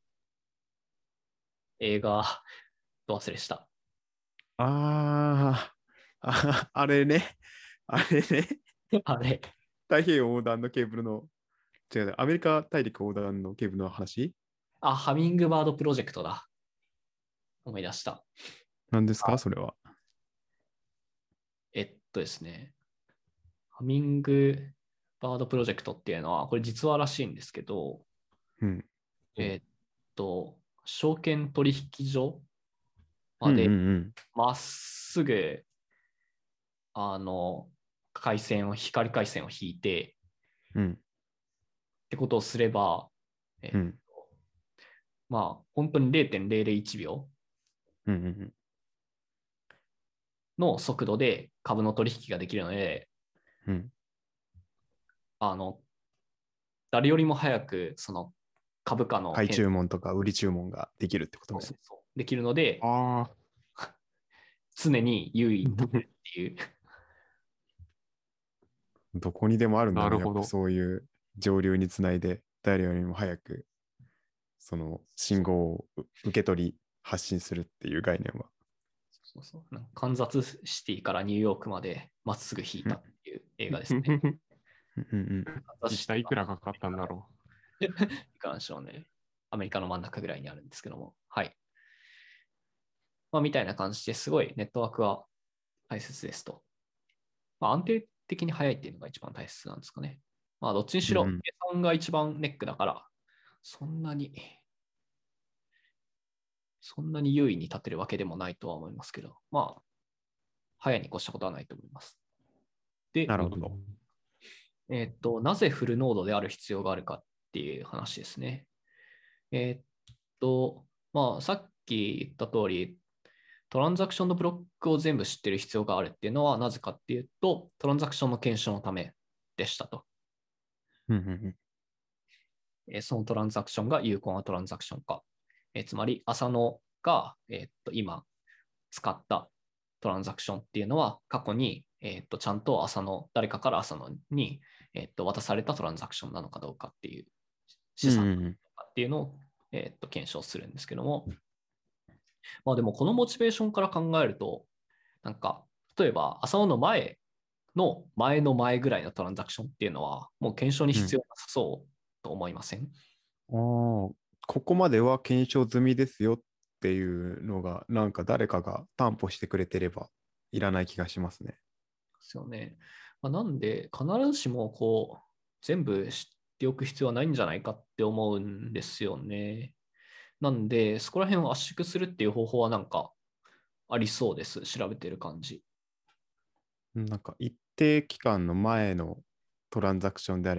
映画、ど忘れした。 ああ、あれね。あれね。 あれ。 太平洋横断のケーブルの、違う、アメリカ大陸横断のケーブルの話あ、ハミングバードプロジェクトだ。思い出した。 なんですかそれは。 えっとですね。ハミングバードプロジェクトっていうのは、これ実話らしいんですけど、 うん。 えっと、証券取引所うんうんうまでん。 まっすぐ、あの、回線を、光回線を引いて、 うん。 ってことをすれば、えうん。 まあ、本当にれいてんぜろぜろいちびょうんうんうん。 うの速度で株の取引ができるので、 うん。 あの、誰よりも早く、その株価の買い変注文とか売り注文ができるってことね。 動できるので、 あ常に優位に立てあ、 るっていう。 どこにでもあるんだね。 なるほど。 やっぱそういう上流につないで、誰よりも早く、その信号を受け取り、発信するっていう概念は。 そうそうなんかカンザスシティからニューヨークまでまっすぐ引いたっていう映画ですね。 うんうんカンザス一シティ体いくらかかったんだろいかんしょうね。アメリカの真ん中ぐらいにあるんですけども。はい。まあ、みたいな感じですごいネットワークは大切ですと。まあ、安定的に速いっていうのが一番大切なんですかね。まあ、どっちにしろ、 うんうん計算が一番ネックだから、そんなに、そんなに優位に立てるわけでもないとは思いますけど、まあ、早いに越したことはないと思います。で、 う。 なるほど。 えっと、なぜフルノードである必要があるかっていう話ですね。えっと、まあ、さっき言った通り、トランザクションのブロックを全部知ってる必要があるっていうのはなぜかっていうと、トランザクションの検証のためでしたと。 うんうんえーそのトランザクションが有効なトランザクションか。えーつまり、浅野が、えーっと今使ったトランザクションっていうのは、過去に、えーっとちゃんと浅野、誰かから浅野に、えーっと渡されたトランザクションなのかどうかっていう資産なのかっていうのを、えーっと検証するんですけども、まあでもこのモチベーションから考えると、なんか、例えば浅野の前の前の前ぐらいのトランザクションっていうのは、もう検証に必要なさそうと思いません？ うん。ああ、ここまでは検証済みですよっていうのが、なんか誰かが担保してくれてればいらない気がしますね。 ですよね。まあ、なんで、必ずしもこう、全部知っておく必要はないんじゃないかって思うんですよね。なんで、そこら辺を圧縮するっていう方法はなんかありそうです。調べてる感じ。 なんか一定期間の前のトランザクションであれば、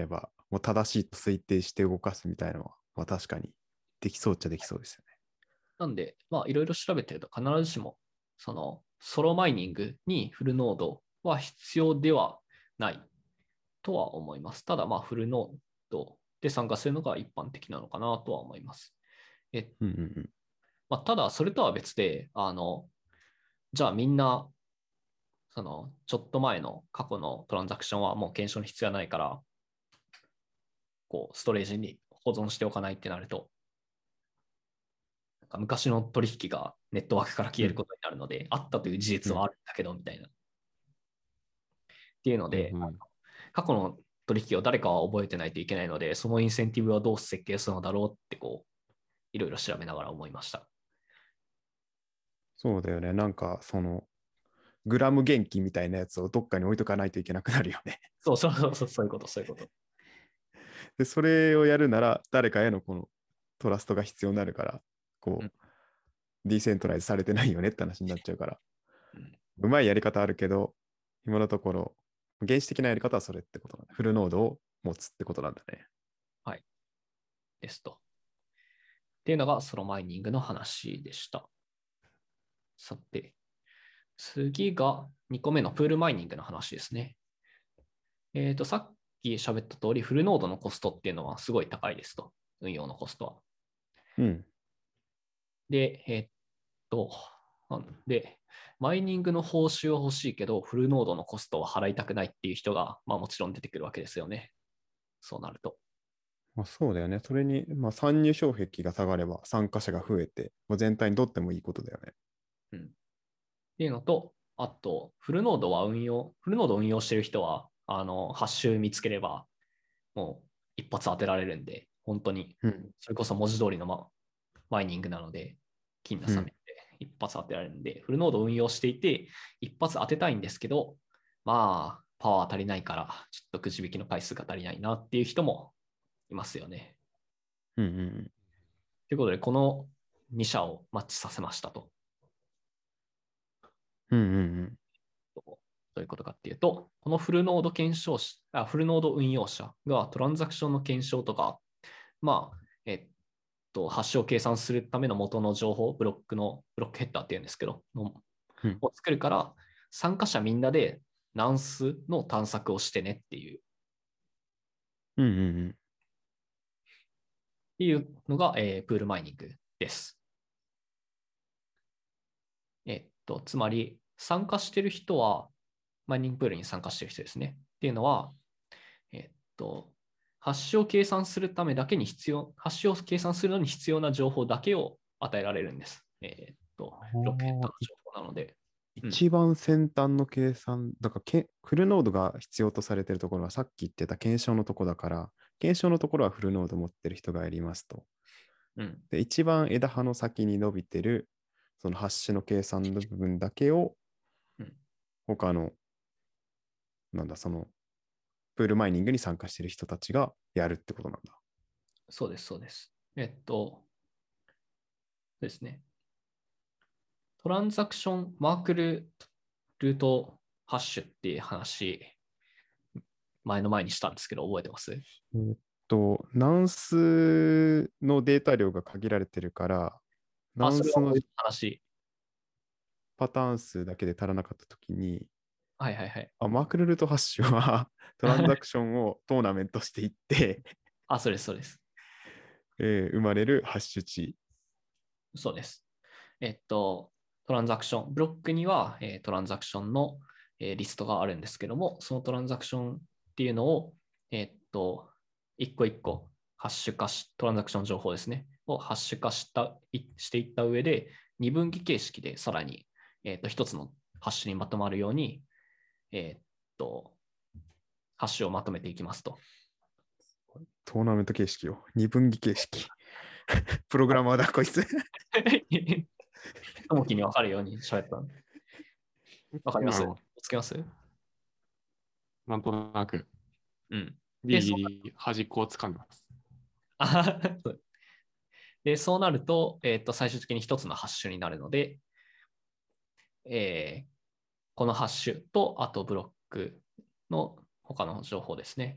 もう正しいと推定して動かすみたいなのは、まあ、確かにできそうっちゃできそうですよね。 なんで、まあ、いろいろ調べてると必ずしも、その、ソロマイニングにフルノードは必要ではないとは思います。ただ、まあ、フルノードで参加するのが一般的なのかなとは思います。えうんうんうん。 まあ、ただ、それとは別で、あの、じゃあみんな、その、ちょっと前の過去のトランザクションはもう検証に必要ないから、こう、ストレージに保存しておかないってなると、なんか昔の取引がネットワークから消えることになるので、うん、あったという事実はあるんだけど、みたいな。っていうので、 うんうん、 過去の取引を誰かは覚えてないといけないので、そのインセンティブはどう設計するのだろうって、こう、いろいろ調べながら思いました。 そうだよね。なんか、その、グラム元金みたいなやつをどっかに置いとかないといけなくなるよね。 そうそうそうそう、そういうこと、そういうこと。 で、それをやるなら、誰かへのこのトラストが必要になるから、こう、うん、ディーセントライズされてないよねって話になっちゃうから、うん、うまいやり方あるけど、今のところ、原始的なやり方はそれってことなんだ。フルノードを持つってことなんだね。 はい。ですと。っていうのがソロマイニングの話でした。さて、次がにこめのプールマイニングの話ですね。えっと、さっき喋った通り、フルノードのコストっていうのはすごい高いですと。運用のコストは。 うん。 で、えー、っと、で、マイニングの報酬は欲しいけど、フルノードのコストは払いたくないっていう人が、まあもちろん出てくるわけですよね。そうなると。 まあ、そうだよね。それに、まあ、参入障壁が下がれば参加者が増えて、もう全体にとってもいいことだよね。 うん。っていうのと、あと、フルノードは運用、フルノードを運用してる人は、あの、ハッシュ見つければ、もう一発当てられるんで、本当に、それこそ文字通りの、ま、マイニングなので、金なさめて一発当てられるんで、うん、フルノードを運用していて、一発当てたいんですけど、まあ、パワー足りないから、ちょっとくじ引きの回数が足りないなっていう人もいますよね。 うんうんうん。 ということで、このに社をマッチさせましたと。 うんうんうん。 どういうことかっていうと、このフルノード検証者、あフルノード運用者がトランザクションの検証とか、まあ、えっと、ハッシュを計算するための元の情報、ブロックの、ブロックヘッダーっていうんですけど、のうん、 を作るから、参加者みんなでナンスの探索をしてねっていう。 うんうんうん。 っていうのが、えー、プールマイニングです。えっと、つまり、参加してる人は、マイニングプールに参加してる人ですね。っていうのは、えっと、ハッシュを計算するためだけに必要、ハッシュを計算するのに必要な情報だけを与えられるんです。えっと、ブロックヘッダーの情報なので。 一番先端の計算、うん、だからけフルノードが必要とされているところはさっき言ってた検証のところだから、検証のところはフルノード持ってる人がやりますと。 うん、 で一番枝葉の先に伸びてるそのハッシュの計算の部分だけを、うん、他の、なんだ、その、プールマイニングに参加している人たちがやるってことなんだ。 そうです、そうです。えっと、ですね。トランザクションマークルルートハッシュっていう話、前の前にしたんですけど、覚えてます？ えー、っと、ナンスのデータ量が限られてるから、ナンスの話パターン数だけで足らなかったときに、 はいはいはい。 あ、マークルルートハッシュはトランザクションをトーナメントしていってあ、そうです、そうです。 えー、生まれるハッシュ値。 そうです。えっと、トランザクション、ブロックには、えー、トランザクションの、えー、リストがあるんですけども、そのトランザクションっていうのを、えっと、一個一個ハッシュ化し、トランザクション情報ですね、をハッシュ化したしていった上で、二分岐形式でさらに、えっと、一つのハッシュにまとまるように、えっと、ハッシュをまとめていきますと。 トーナメント形式よ。二分岐形式。プログラマーだ、こいつ。 ともきに分かるように喋った。わかります？つけます？ なんとなく。 うん。 ギリギリ端っこを掴んでます。 で、そうなると、えっと、最終的に一つのハッシュになるので、えー、このハッシュと、あとブロックの他の情報ですね。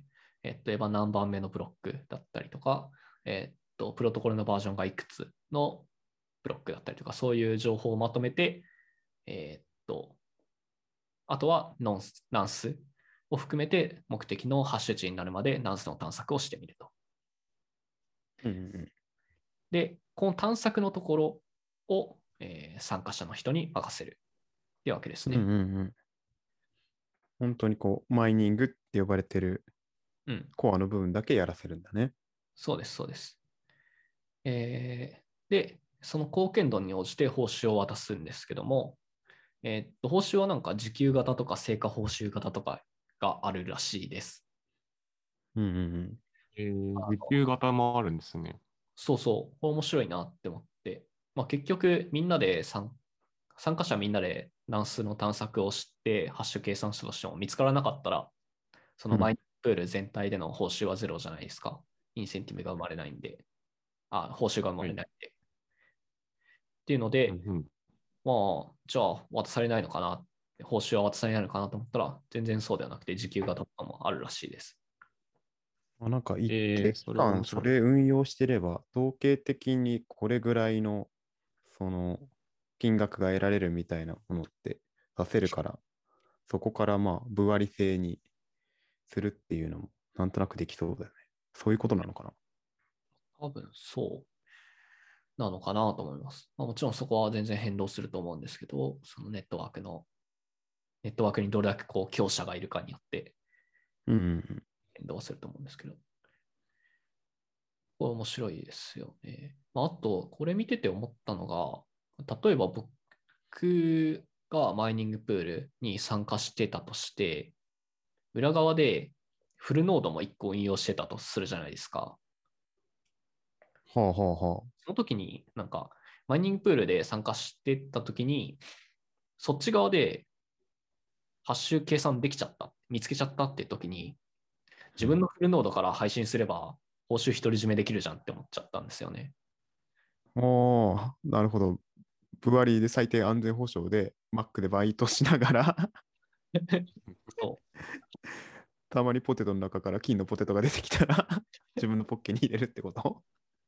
えっと、例えば何番目のブロックだったりとか、えっと、プロトコルのバージョンがいくつのブロックだったりとか、そういう情報をまとめて、えっと、あとはノンス、ナンスを含めて目的のハッシュ値になるまでナンスの探索をしてみると。 うんうん。 で、この探索のところを、えー参加者の人に任せるっていうわけですね。 うんうんうん。本当にこう、マイニングって呼ばれてるうん、 コアの部分だけやらせるんだね。 そうです、そうです。えーで、その貢献度に応じて報酬を渡すんですけども、えーっと、報酬はなんか時給型とか成果報酬型とかがあるらしいです。 うんうんうん。 えー、時給型もあるんですね。 そうそう、これ面白いなって思って、まあ、結局みんなで参参加者みんなでナンスの探索をしてハッシュ計算したとしても見つからなかったら、そのマインプール全体での報酬はゼロじゃないですか。インセンティブが生まれないんで、あ、報酬が生まれないんで。っていうので、 うんうん、 まあ、じゃあ渡されないのかな、報酬は渡されないのかなと思ったら、全然そうではなくて、時給型とかもあるらしいです。 まあ、なんか一えー、 定期それは面間そ白い。 れ運用してれば、統計的にこれぐらいのその金額が得られるみたいなものって出せるから、そこからまあ、部割り制にするっていうのもなんとなくできそうだよね。そういうことなのかな。 多分そうなのかなと思います。まあ、もちろんそこは全然変動すると思うんですけど、そのネットワークの、ネットワークにどれだけこう強者がいるかによってうんうんうん。 変動はすると思うんですけど、これ面白いですよね。まあ、あと、これ見てて思ったのが、例えば僕がマイニングプールに参加してたとして、裏側でフルノードもいっこ運用してたとするじゃないですか。 はあはあはあ。 その時に、なんか、マイニングプールで参加してた時に、そっち側でハッシュ計算できちゃった、見つけちゃったって時に、自分のフルノードから配信すれば、報酬独り占めできるじゃんって思っちゃったんですよね。 おー、なるほど。部割りで最低安全保障で Mac でバイトしながらそう。 たまにポテトの中から金のポテトが出てきたら自分のポッケに入れるってこと。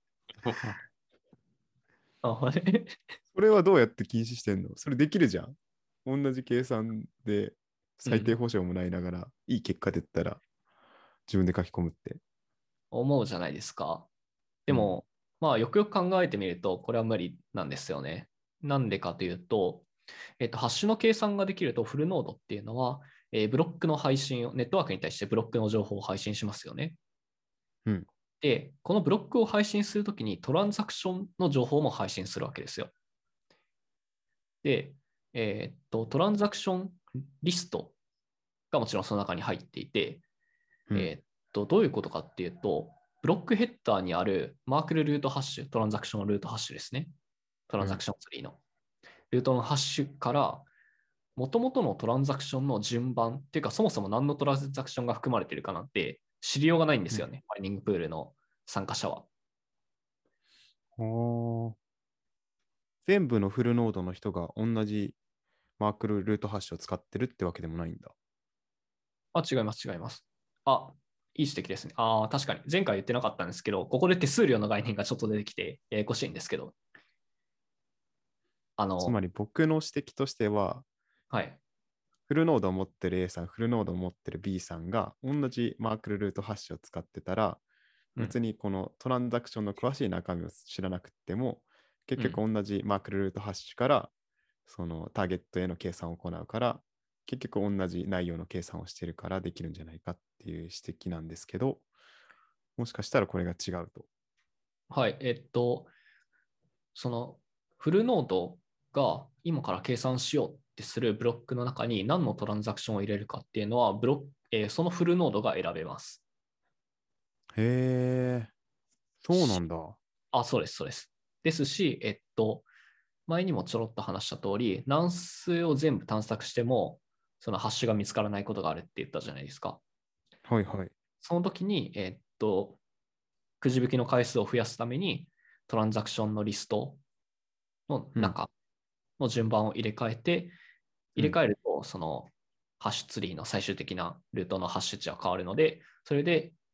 あ、あれそれはどうやって禁止してんの？それできるじゃん。同じ計算で最低うん。 保障もらいながら、いい結果出たら自分で書き込むって。 思うじゃないですか。でうん。 も、まあ、よくよく考えてみると、これは無理なんですよね。なんでかというと、えっと、ハッシュの計算ができると、フルノードっていうのは、えーブロックの配信を、ネットワークに対してブロックの情報を配信しますよね。 うん。 で、このブロックを配信するときにトランザクションの情報も配信するわけですよ。で、えーっと、トランザクションリストがもちろんその中に入っていて、 うん。 えーっと、どういうことかっていうと、ブロックヘッダーにあるマークルルートハッシュ、トランザクションルートハッシュですね。トランザクションツリーの。ルートのハッシュから、もともとのトランザクションの順番っていうか、そもそも何のトランザクションが含まれているかなんて知りようがないんですよね。マイニングプールの参加者は。 おー、全部のフルノードの人が同じマークルルートハッシュを使ってるってわけでもないんだ。 あ、違います、違います。あ、いい指摘ですね。あ、確かに。前回言ってなかったんですけど、ここで手数料の概念がちょっと出てきて、ややこしいんですけど、あの、 つまり僕の指摘としては、 はい。 フルノードを持ってる A さん、フルノードを持ってる B さんが同じマークルルートハッシュを使ってたら、別にこのトランザクションの詳しい中身を知らなくても、結局同じマークルルートハッシュからそのターゲットへの計算を行うから、結局同じ内容の計算をしてるからできるんじゃないかっていう指摘なんですけど、もしかしたらこれが違うと。 はい。えっと、そのフルノードが今から計算しようってするブロックの中に何のトランザクションを入れるかっていうのは、ブロック、えーそのフルノードが選べます。 へえ、そうなんだ。 あ、そうです、そうです。ですし、えっと、前にもちょろっと話した通り、ナンスを全部探索しても、そのハッシュが見つからないことがあるって言ったじゃないですか。 はいはい。 その時に、えっと、くじ引きの回数を増やすために、トランザクションのリストの中の順番を入れ替えて、入れ替えると、そのハッシュツリーの最終的なルートのハッシュ値は変わるので、それで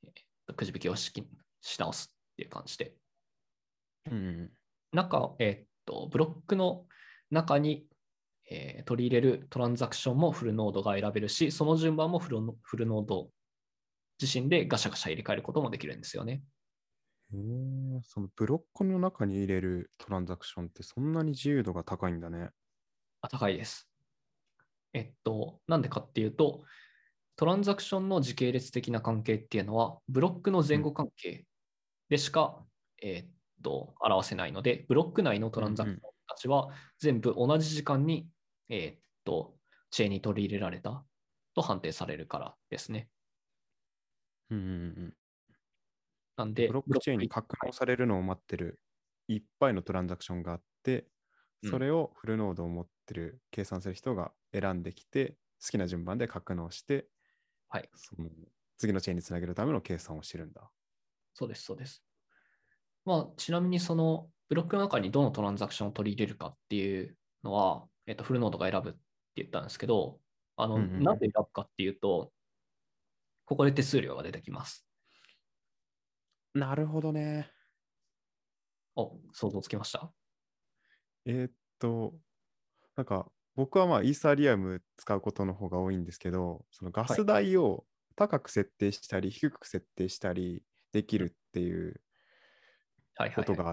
くじ引きをしし直すっていう感じで。 うん。 中、えーっと、ブロックの中に、えー取り入れるトランザクションもフルノードが選べるし、その順番もフルノフルノード自身でガシャガシャ入れ替えることもできるんですよね。 へえ、そのブロックの中に入れるトランザクションってそんなに自由度が高いんだね。 あ、高いです。えっと、なんでかっていうと、トランザクションの時系列的な関係っていうのは、ブロックの前後関係でしか、えっと表せないので、ブロック内のトランザクションたちは全部同じ時間に、えっとチェーンに取り入れられたと判定されるからですね。 うんうんうん。 なんで、 ブロックチェーンに格納されるのを待ってるいっぱいのトランザクションがあって、それをフルノードを持ってる計算する人が選んできて、好きな順番で格納して、 はい、 その次のチェーンにつなげるための計算をしてるんだ。 そうです、そうです。まあ、ちなみにそのブロックの中にどのトランザクションを取り入れるかっていうのは、えっと、フルノードが選ぶって言ったんですけど、あの、 うんうんうんなんで選ぶかっていうと、ここで手数料が出てきます。 なるほどね。 お、想像つきました？ えーっと、なんか僕はまあイーサリアム使うことの方が多いんですけど、そのガはい。 ス代を高く設定したり低く設定したりできるっていうはいはいはい。 ことがあって、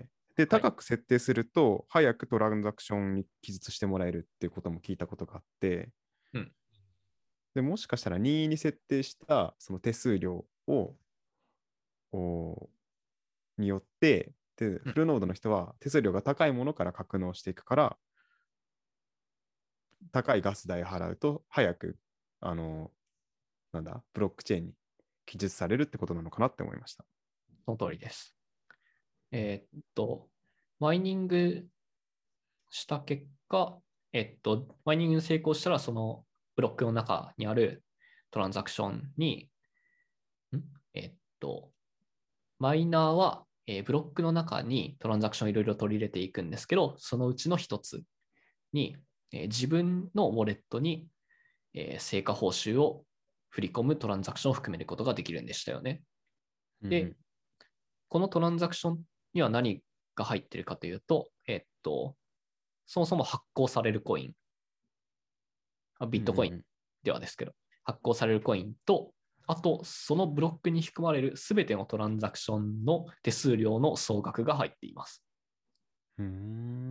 で、 はい。 高く設定すると早くトランザクションに記述してもらえるっていうことも聞いたことがあって、 うん。 でもしかしたら任意に設定したその手数料をおによって、で、 うん。 フルノードの人は手数料が高いものから格納していくから、高いガス代払うと早く、あの、なんだ、ブロックチェーンに記述されるってことなのかなって思いました。 その通りです。えーっと、マイニングした結果、えっと、マイニングに成功したら、そのブロックの中にあるトランザクションに、んえっと、マイナーは、えーブロックの中にトランザクションをいろいろ取り入れていくんですけど、そのうちの一つに、えー自分のウォレットに、えー成果報酬を振り込むトランザクションを含めることができるんでしたよね。で、 うんこのトランザクションには何が入っているかというと、えっと、そもそも発行されるコイン、ビットコインうんうんではですけど、発行されるコインと、あと、そのブロックに含まれるすべてのトランザクションの手数料の総額が入っています。 うん。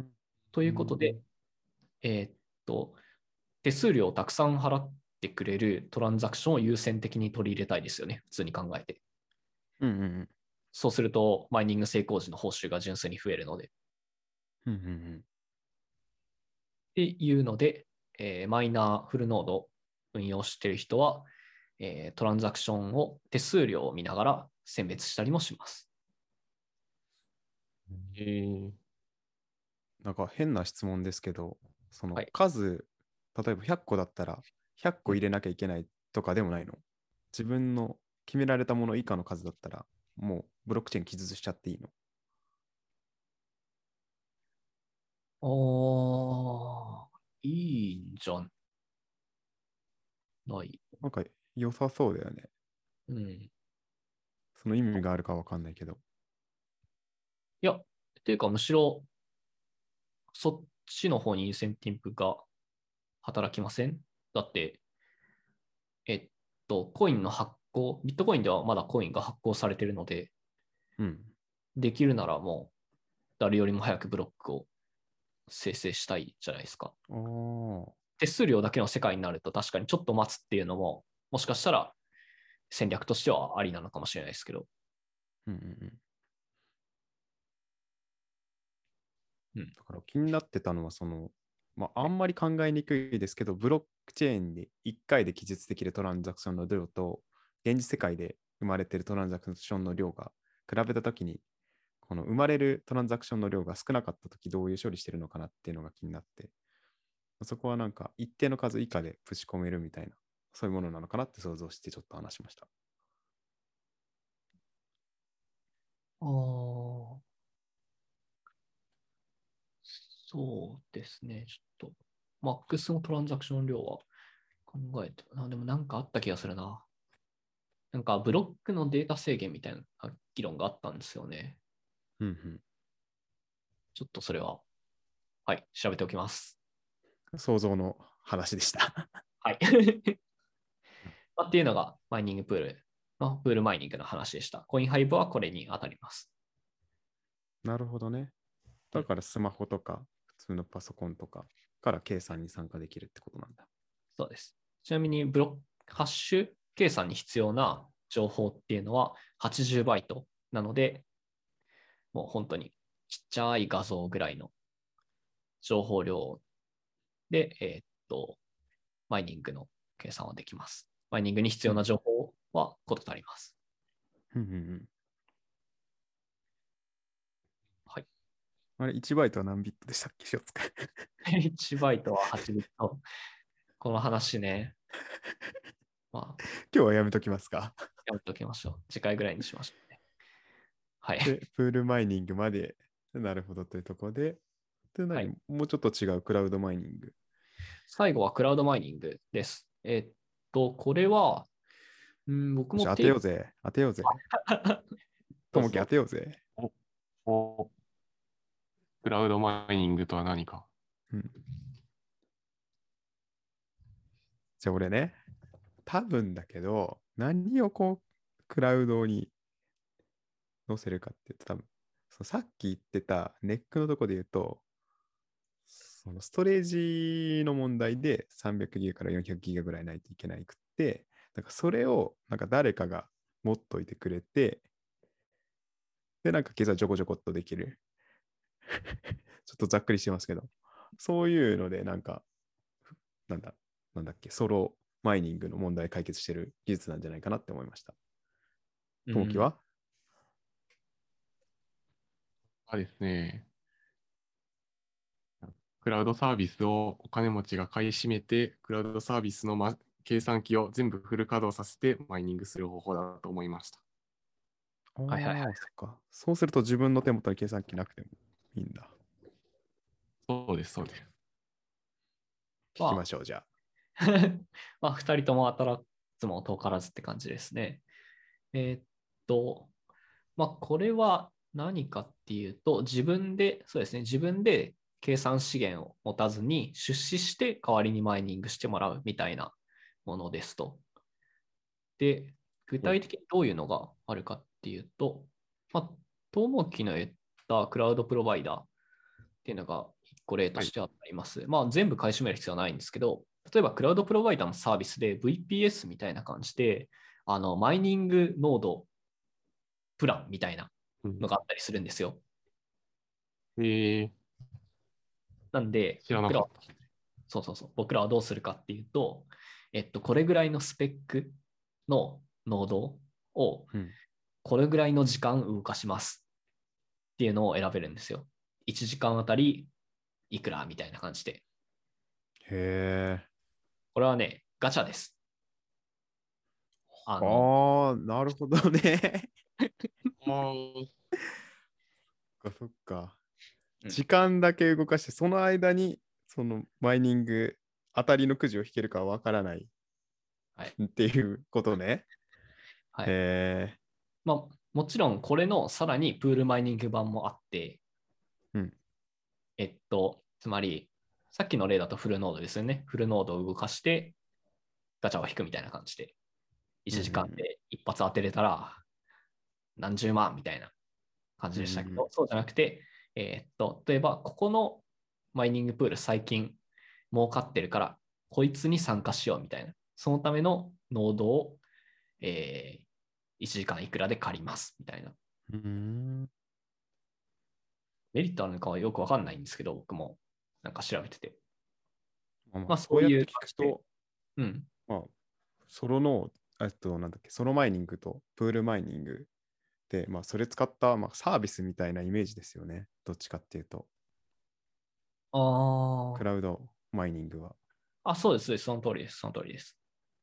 ということで、えーっと、手数料をたくさん払ってくれるトランザクションを優先的に取り入れたいですよね、普通に考えて。 うんうんうんそうすると、マイニング成功時の報酬が純粋に増えるので。っうんうんていうので、えーマイナーフルノードを運用している人は、えートランザクションを手数料を見ながら選別したりもします。 えー、 なんか変な質問ですけど、そのはい。 数、例えばひゃっこだったらひゃっこ入れなきゃいけないとかでもないの？自分の決められたもの以下の数だったら、もうブロックチェーン記述しちゃっていいの？ ああ、いいんじゃない。 なんか良さそうだよね。 うん。いその意味があるかわかんないけど。 や、っていうかむしろ、そっちの方にインセンティブが働きません？だって、えっと、コインの発行、ビットコインではまだコインが発行されているので、 うん。 できるならもう誰よりも早くブロックを生成したいじゃないですか。 ああ。 手数料だけの世界になると確かにちょっと待つっていうのも、もしかしたら戦略としてはありなのかもしれないですけど。 うんうんうん。 うん。 だから気になってたのは、その、まあ、あはい。 んまり考えにくいですけど、ブロックチェーンにいっかいで記述できるトランザクションの量と、現実世界で生まれているトランザクションの量が比べたときに、この生まれるトランザクションの量が少なかったとき、どういう処理してるのかなっていうのが気になって、そこはなんか一定の数以下でぶち込めるみたいな、そういうものなのかなって想像してちょっと話しました。 ああ、そうですね。ちょっと、マックスのトランザクション量は考えて、あ、でもなんかあった気がするな。 なんかブロックのデータ制限みたいな議論があったんですよね。 うんうんちょっとそれは、はい、調べておきます。 想像の話でした。 はい。まあっていうのが、マイニングプールのプールマイニングの話でした。コインハイブはこれに当たります。 なるほどね。だからスマホとか普通のパソコンとかから計算に参加できるってことなんだ。 そうです。ちなみにブロック、ハッシュ計算に必要な情報っていうのははちじゅうバイトなので、もう本当にちっちゃい画像ぐらいの情報量で、えーっと、マイニングの計算はできます。マイニングに必要な情報はこと足ります。 うんうんうん。 はい。 あれ、いちバイトは何ビットでしたっけ、しょつか。 いちバイトははちビット。この話ね、まあ、 今日はやめときますか。 やめておきましょう。次回ぐらいにしましょうね。はい。 で、プールマイニングまで、なるほどというところで、で何、 はいもうちょっと違うクラウドマイニング。 最後はクラウドマイニングです。えっと、これは、うん、僕も当てようぜ、当てようぜ。ともき当てようぜ。 おおクラウドマイニングとは何か。 うん、じゃあ俺ね、多分だけど、何をこう、クラウドに載せるかって言うと、多分そうさっき言ってたネックのとこで言うと、そのストレージの問題でさんびゃくギガからよんひゃくギガぐらいないといけないくって、なんかそれをなんか誰かが持っといてくれて、で、なんか計算ちょこちょこっとできる。ちょっとざっくりしてますけど、そういうので、なんか、なんだ、なんだっけ、ソロマイニングの問題解決してる技術なんじゃないかなって思いました。ともきは、 あですね。クラウドサービスをお金持ちが買い占めて、クラウドサービスの、ま、計算機を全部フル稼働させてマイニングする方法だと思いました。 ああ、 はいはいはいそっか。そうすると自分の手元に計算機なくてもいいんだ。 そうです、そうです。 聞きましょう、じゃあ。 まあ、二人とも働つも遠からずって感じですね。えーっと、まあ、これは何かっていうと、自分で、そうですね、自分で計算資源を持たずに出資して代わりにマイニングしてもらうみたいなものですと。で、具体的にどういうのがあるかっていうと、まあ、トウモキの言ったクラウドプロバイダーっていうのが一個例としてあります。はい、まあ、全部買い占める必要はないんですけど、例えばクラウドプロバイダーのサービスで ブイピーエス みたいな感じで、あのマイニングノードプランみたいなのがあったりするんですよ。 うん、えー、 なんで、 知らな僕らは、 かった。 そうそうそう、僕らはどうするかっていうと、えっと、これぐらいのスペックのノードをうん、 これぐらいの時間動かしますっていうのを選べるんですよ。いちじかんあたりいくらみたいな感じで。 へえ。 これはね、ガチャです。あの、 ああ、なるほどね。 あーそっかそっか。 うん時間だけ動かして、その間に、そのマイニング、当たりのくじを引けるかわからないはい。 っていうことね。 はい。 へえ。 まあ、もちろんこれのさらにプールマイニング版もあって、 うん。 えっと、つまり、さっきの例だとフルノードですよね。フルノードを動かしてガチャを引くみたいな感じで、 うんういちじかんんで一発当てれたら何十万みたいな感じうんうんうん。 でしたけど、そうじゃなくて、えーっと、例えば、ここのマイニングプール最近儲かってるから、こいつに参加しようみたいな。そのためのノードを、えーいちじかんいくらで借りますみたいな。 うーん。 メリットあるのかはよくわかんないんですけど、僕もなんか調べてて。 まあまあ、 まあ、そういうそうやって聞感じで。 くと、 うん。 まあ、ソロの、えっと、なんだっけ、ソロマイニングとプールマイニングで、まあ、それ使った、まあ、サービスみたいなイメージですよね。どっちかっていうと、クあラウドマイニングは。 あ。あ、そうです、そうです。その通りです。その通りです。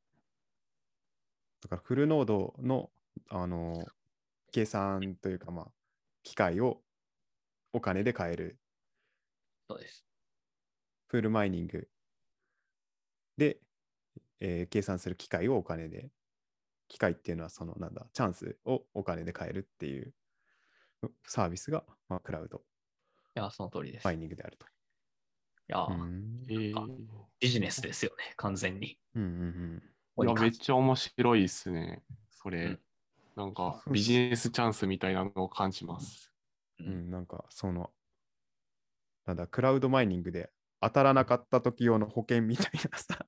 だからフルノードの、あの、計算というか、まあ、機械をお金で買える。 そうです。 プールマイニングで、えー計算する機械をお金で機械っていうのはそのなんだチャンスをお金で買えるっていうサービスが、まあ、クラウドいや、その通りです。 マいイニングであると。 や、 うんえー、 ビジネスですよね、完全に。 うんうんいや、 とにかくめっちゃ面白いですね。それ、 うんなんかそうビジネスチャンスみたいなのを感じます。 ううん、うんん、なんかそのなんだクラウドマイニングで当たらなかった時用の保険みたいなさ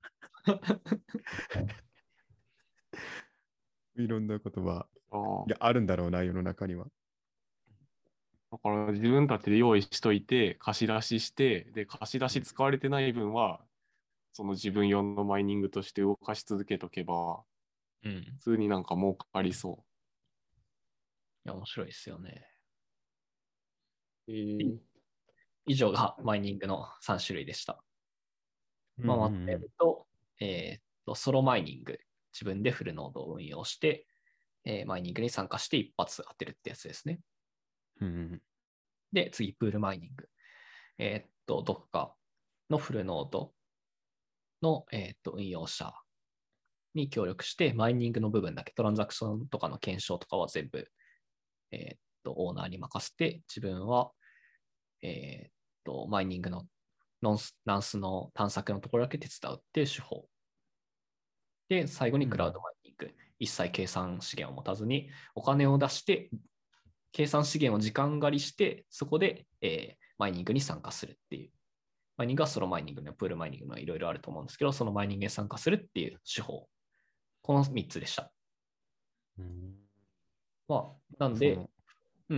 いろんな言葉あーがあるんだろうな世の中には。 だから自分たちで用意しといて、貸し出しして、で、貸し出し使われてない分は、その自分用のマイニングとして動かし続けとけば、 うん。 普通になんか儲かりそいや、面白いですよね。 う。えー、 以上がマイニングのさん種類でした。まあ、まとめると、えーっと、ソロマイニング、自分でフルノードを運用して、えーマイニングに参加して一発当てるってやつですね。 うんうんで、次、プールマイニング。えーっと、どこかのフルノードの、えーっと運用者に協力して、マイニングの部分だけ、トランザクションとかの検証とかは全部、えーっと、オーナーに任せて、自分は、えーっと、マイニングのノンスランスの探索のところだけ手伝うっていう手法。で、最後にクラウドマイニング。一切計算資源を持たずに、お金を出して、計算資源を時間狩りして、そこで、えーマイニングに参加するっていう。マイニングはソロマイニングのプールマイニングのいろいろあると思うんですけど、そのマイニングに参加するっていう手法。このみっつでした。 うんまあ、なんで、うんうん。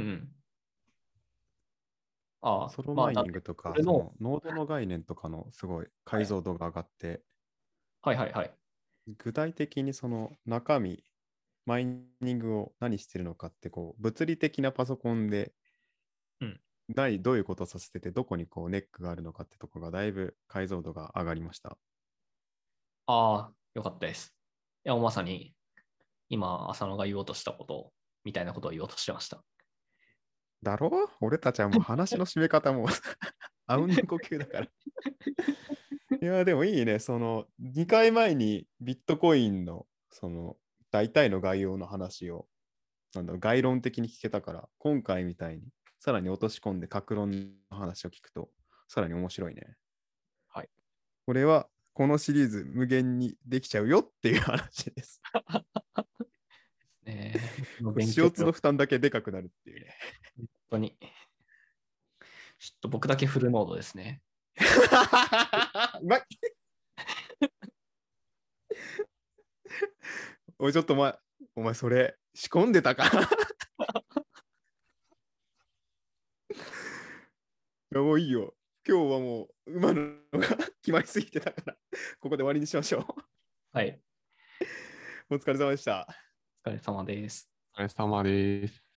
ああ、 ソロまあ、 マイニングとか、 これのそのノードの概念とかのすごい解像度が上がって、 はいはいはい。 具体的にその中身、マイニングを何してるのかってこう物理的なパソコンでうん何どういうことをさせててどこにこうネックがあるのかってとこがだいぶ解像度が上がりました。 ああ、よかったです。いや、まさに今、浅野が言おうとしたことみたいなことを言おうとしてました。 だろう俺たちはもう話の締め方もあうんの呼吸だから。いや、でもいいね。そのにかいまえにビットコインのその大体の概要の話をなんだろう概論的に聞けたから、今回みたいにさらに落とし込んで格論の話を聞くとさらに面白いね。 はい。 これはこのシリーズ無限にできちゃうよっていう話です。 ねえ、 シーオーツー の負担だけでかくなるっていうね。 本当に。ちょっと僕だけフルノードですね。 うまいおい、ちょっとお前、お前それ仕込んでたかいやもういいよ。今日はもう馬のが決まりすぎてたから、ここで終わりにしましょう。 はい。 お疲れ様でした。 お疲れ様です。 お疲れ様です。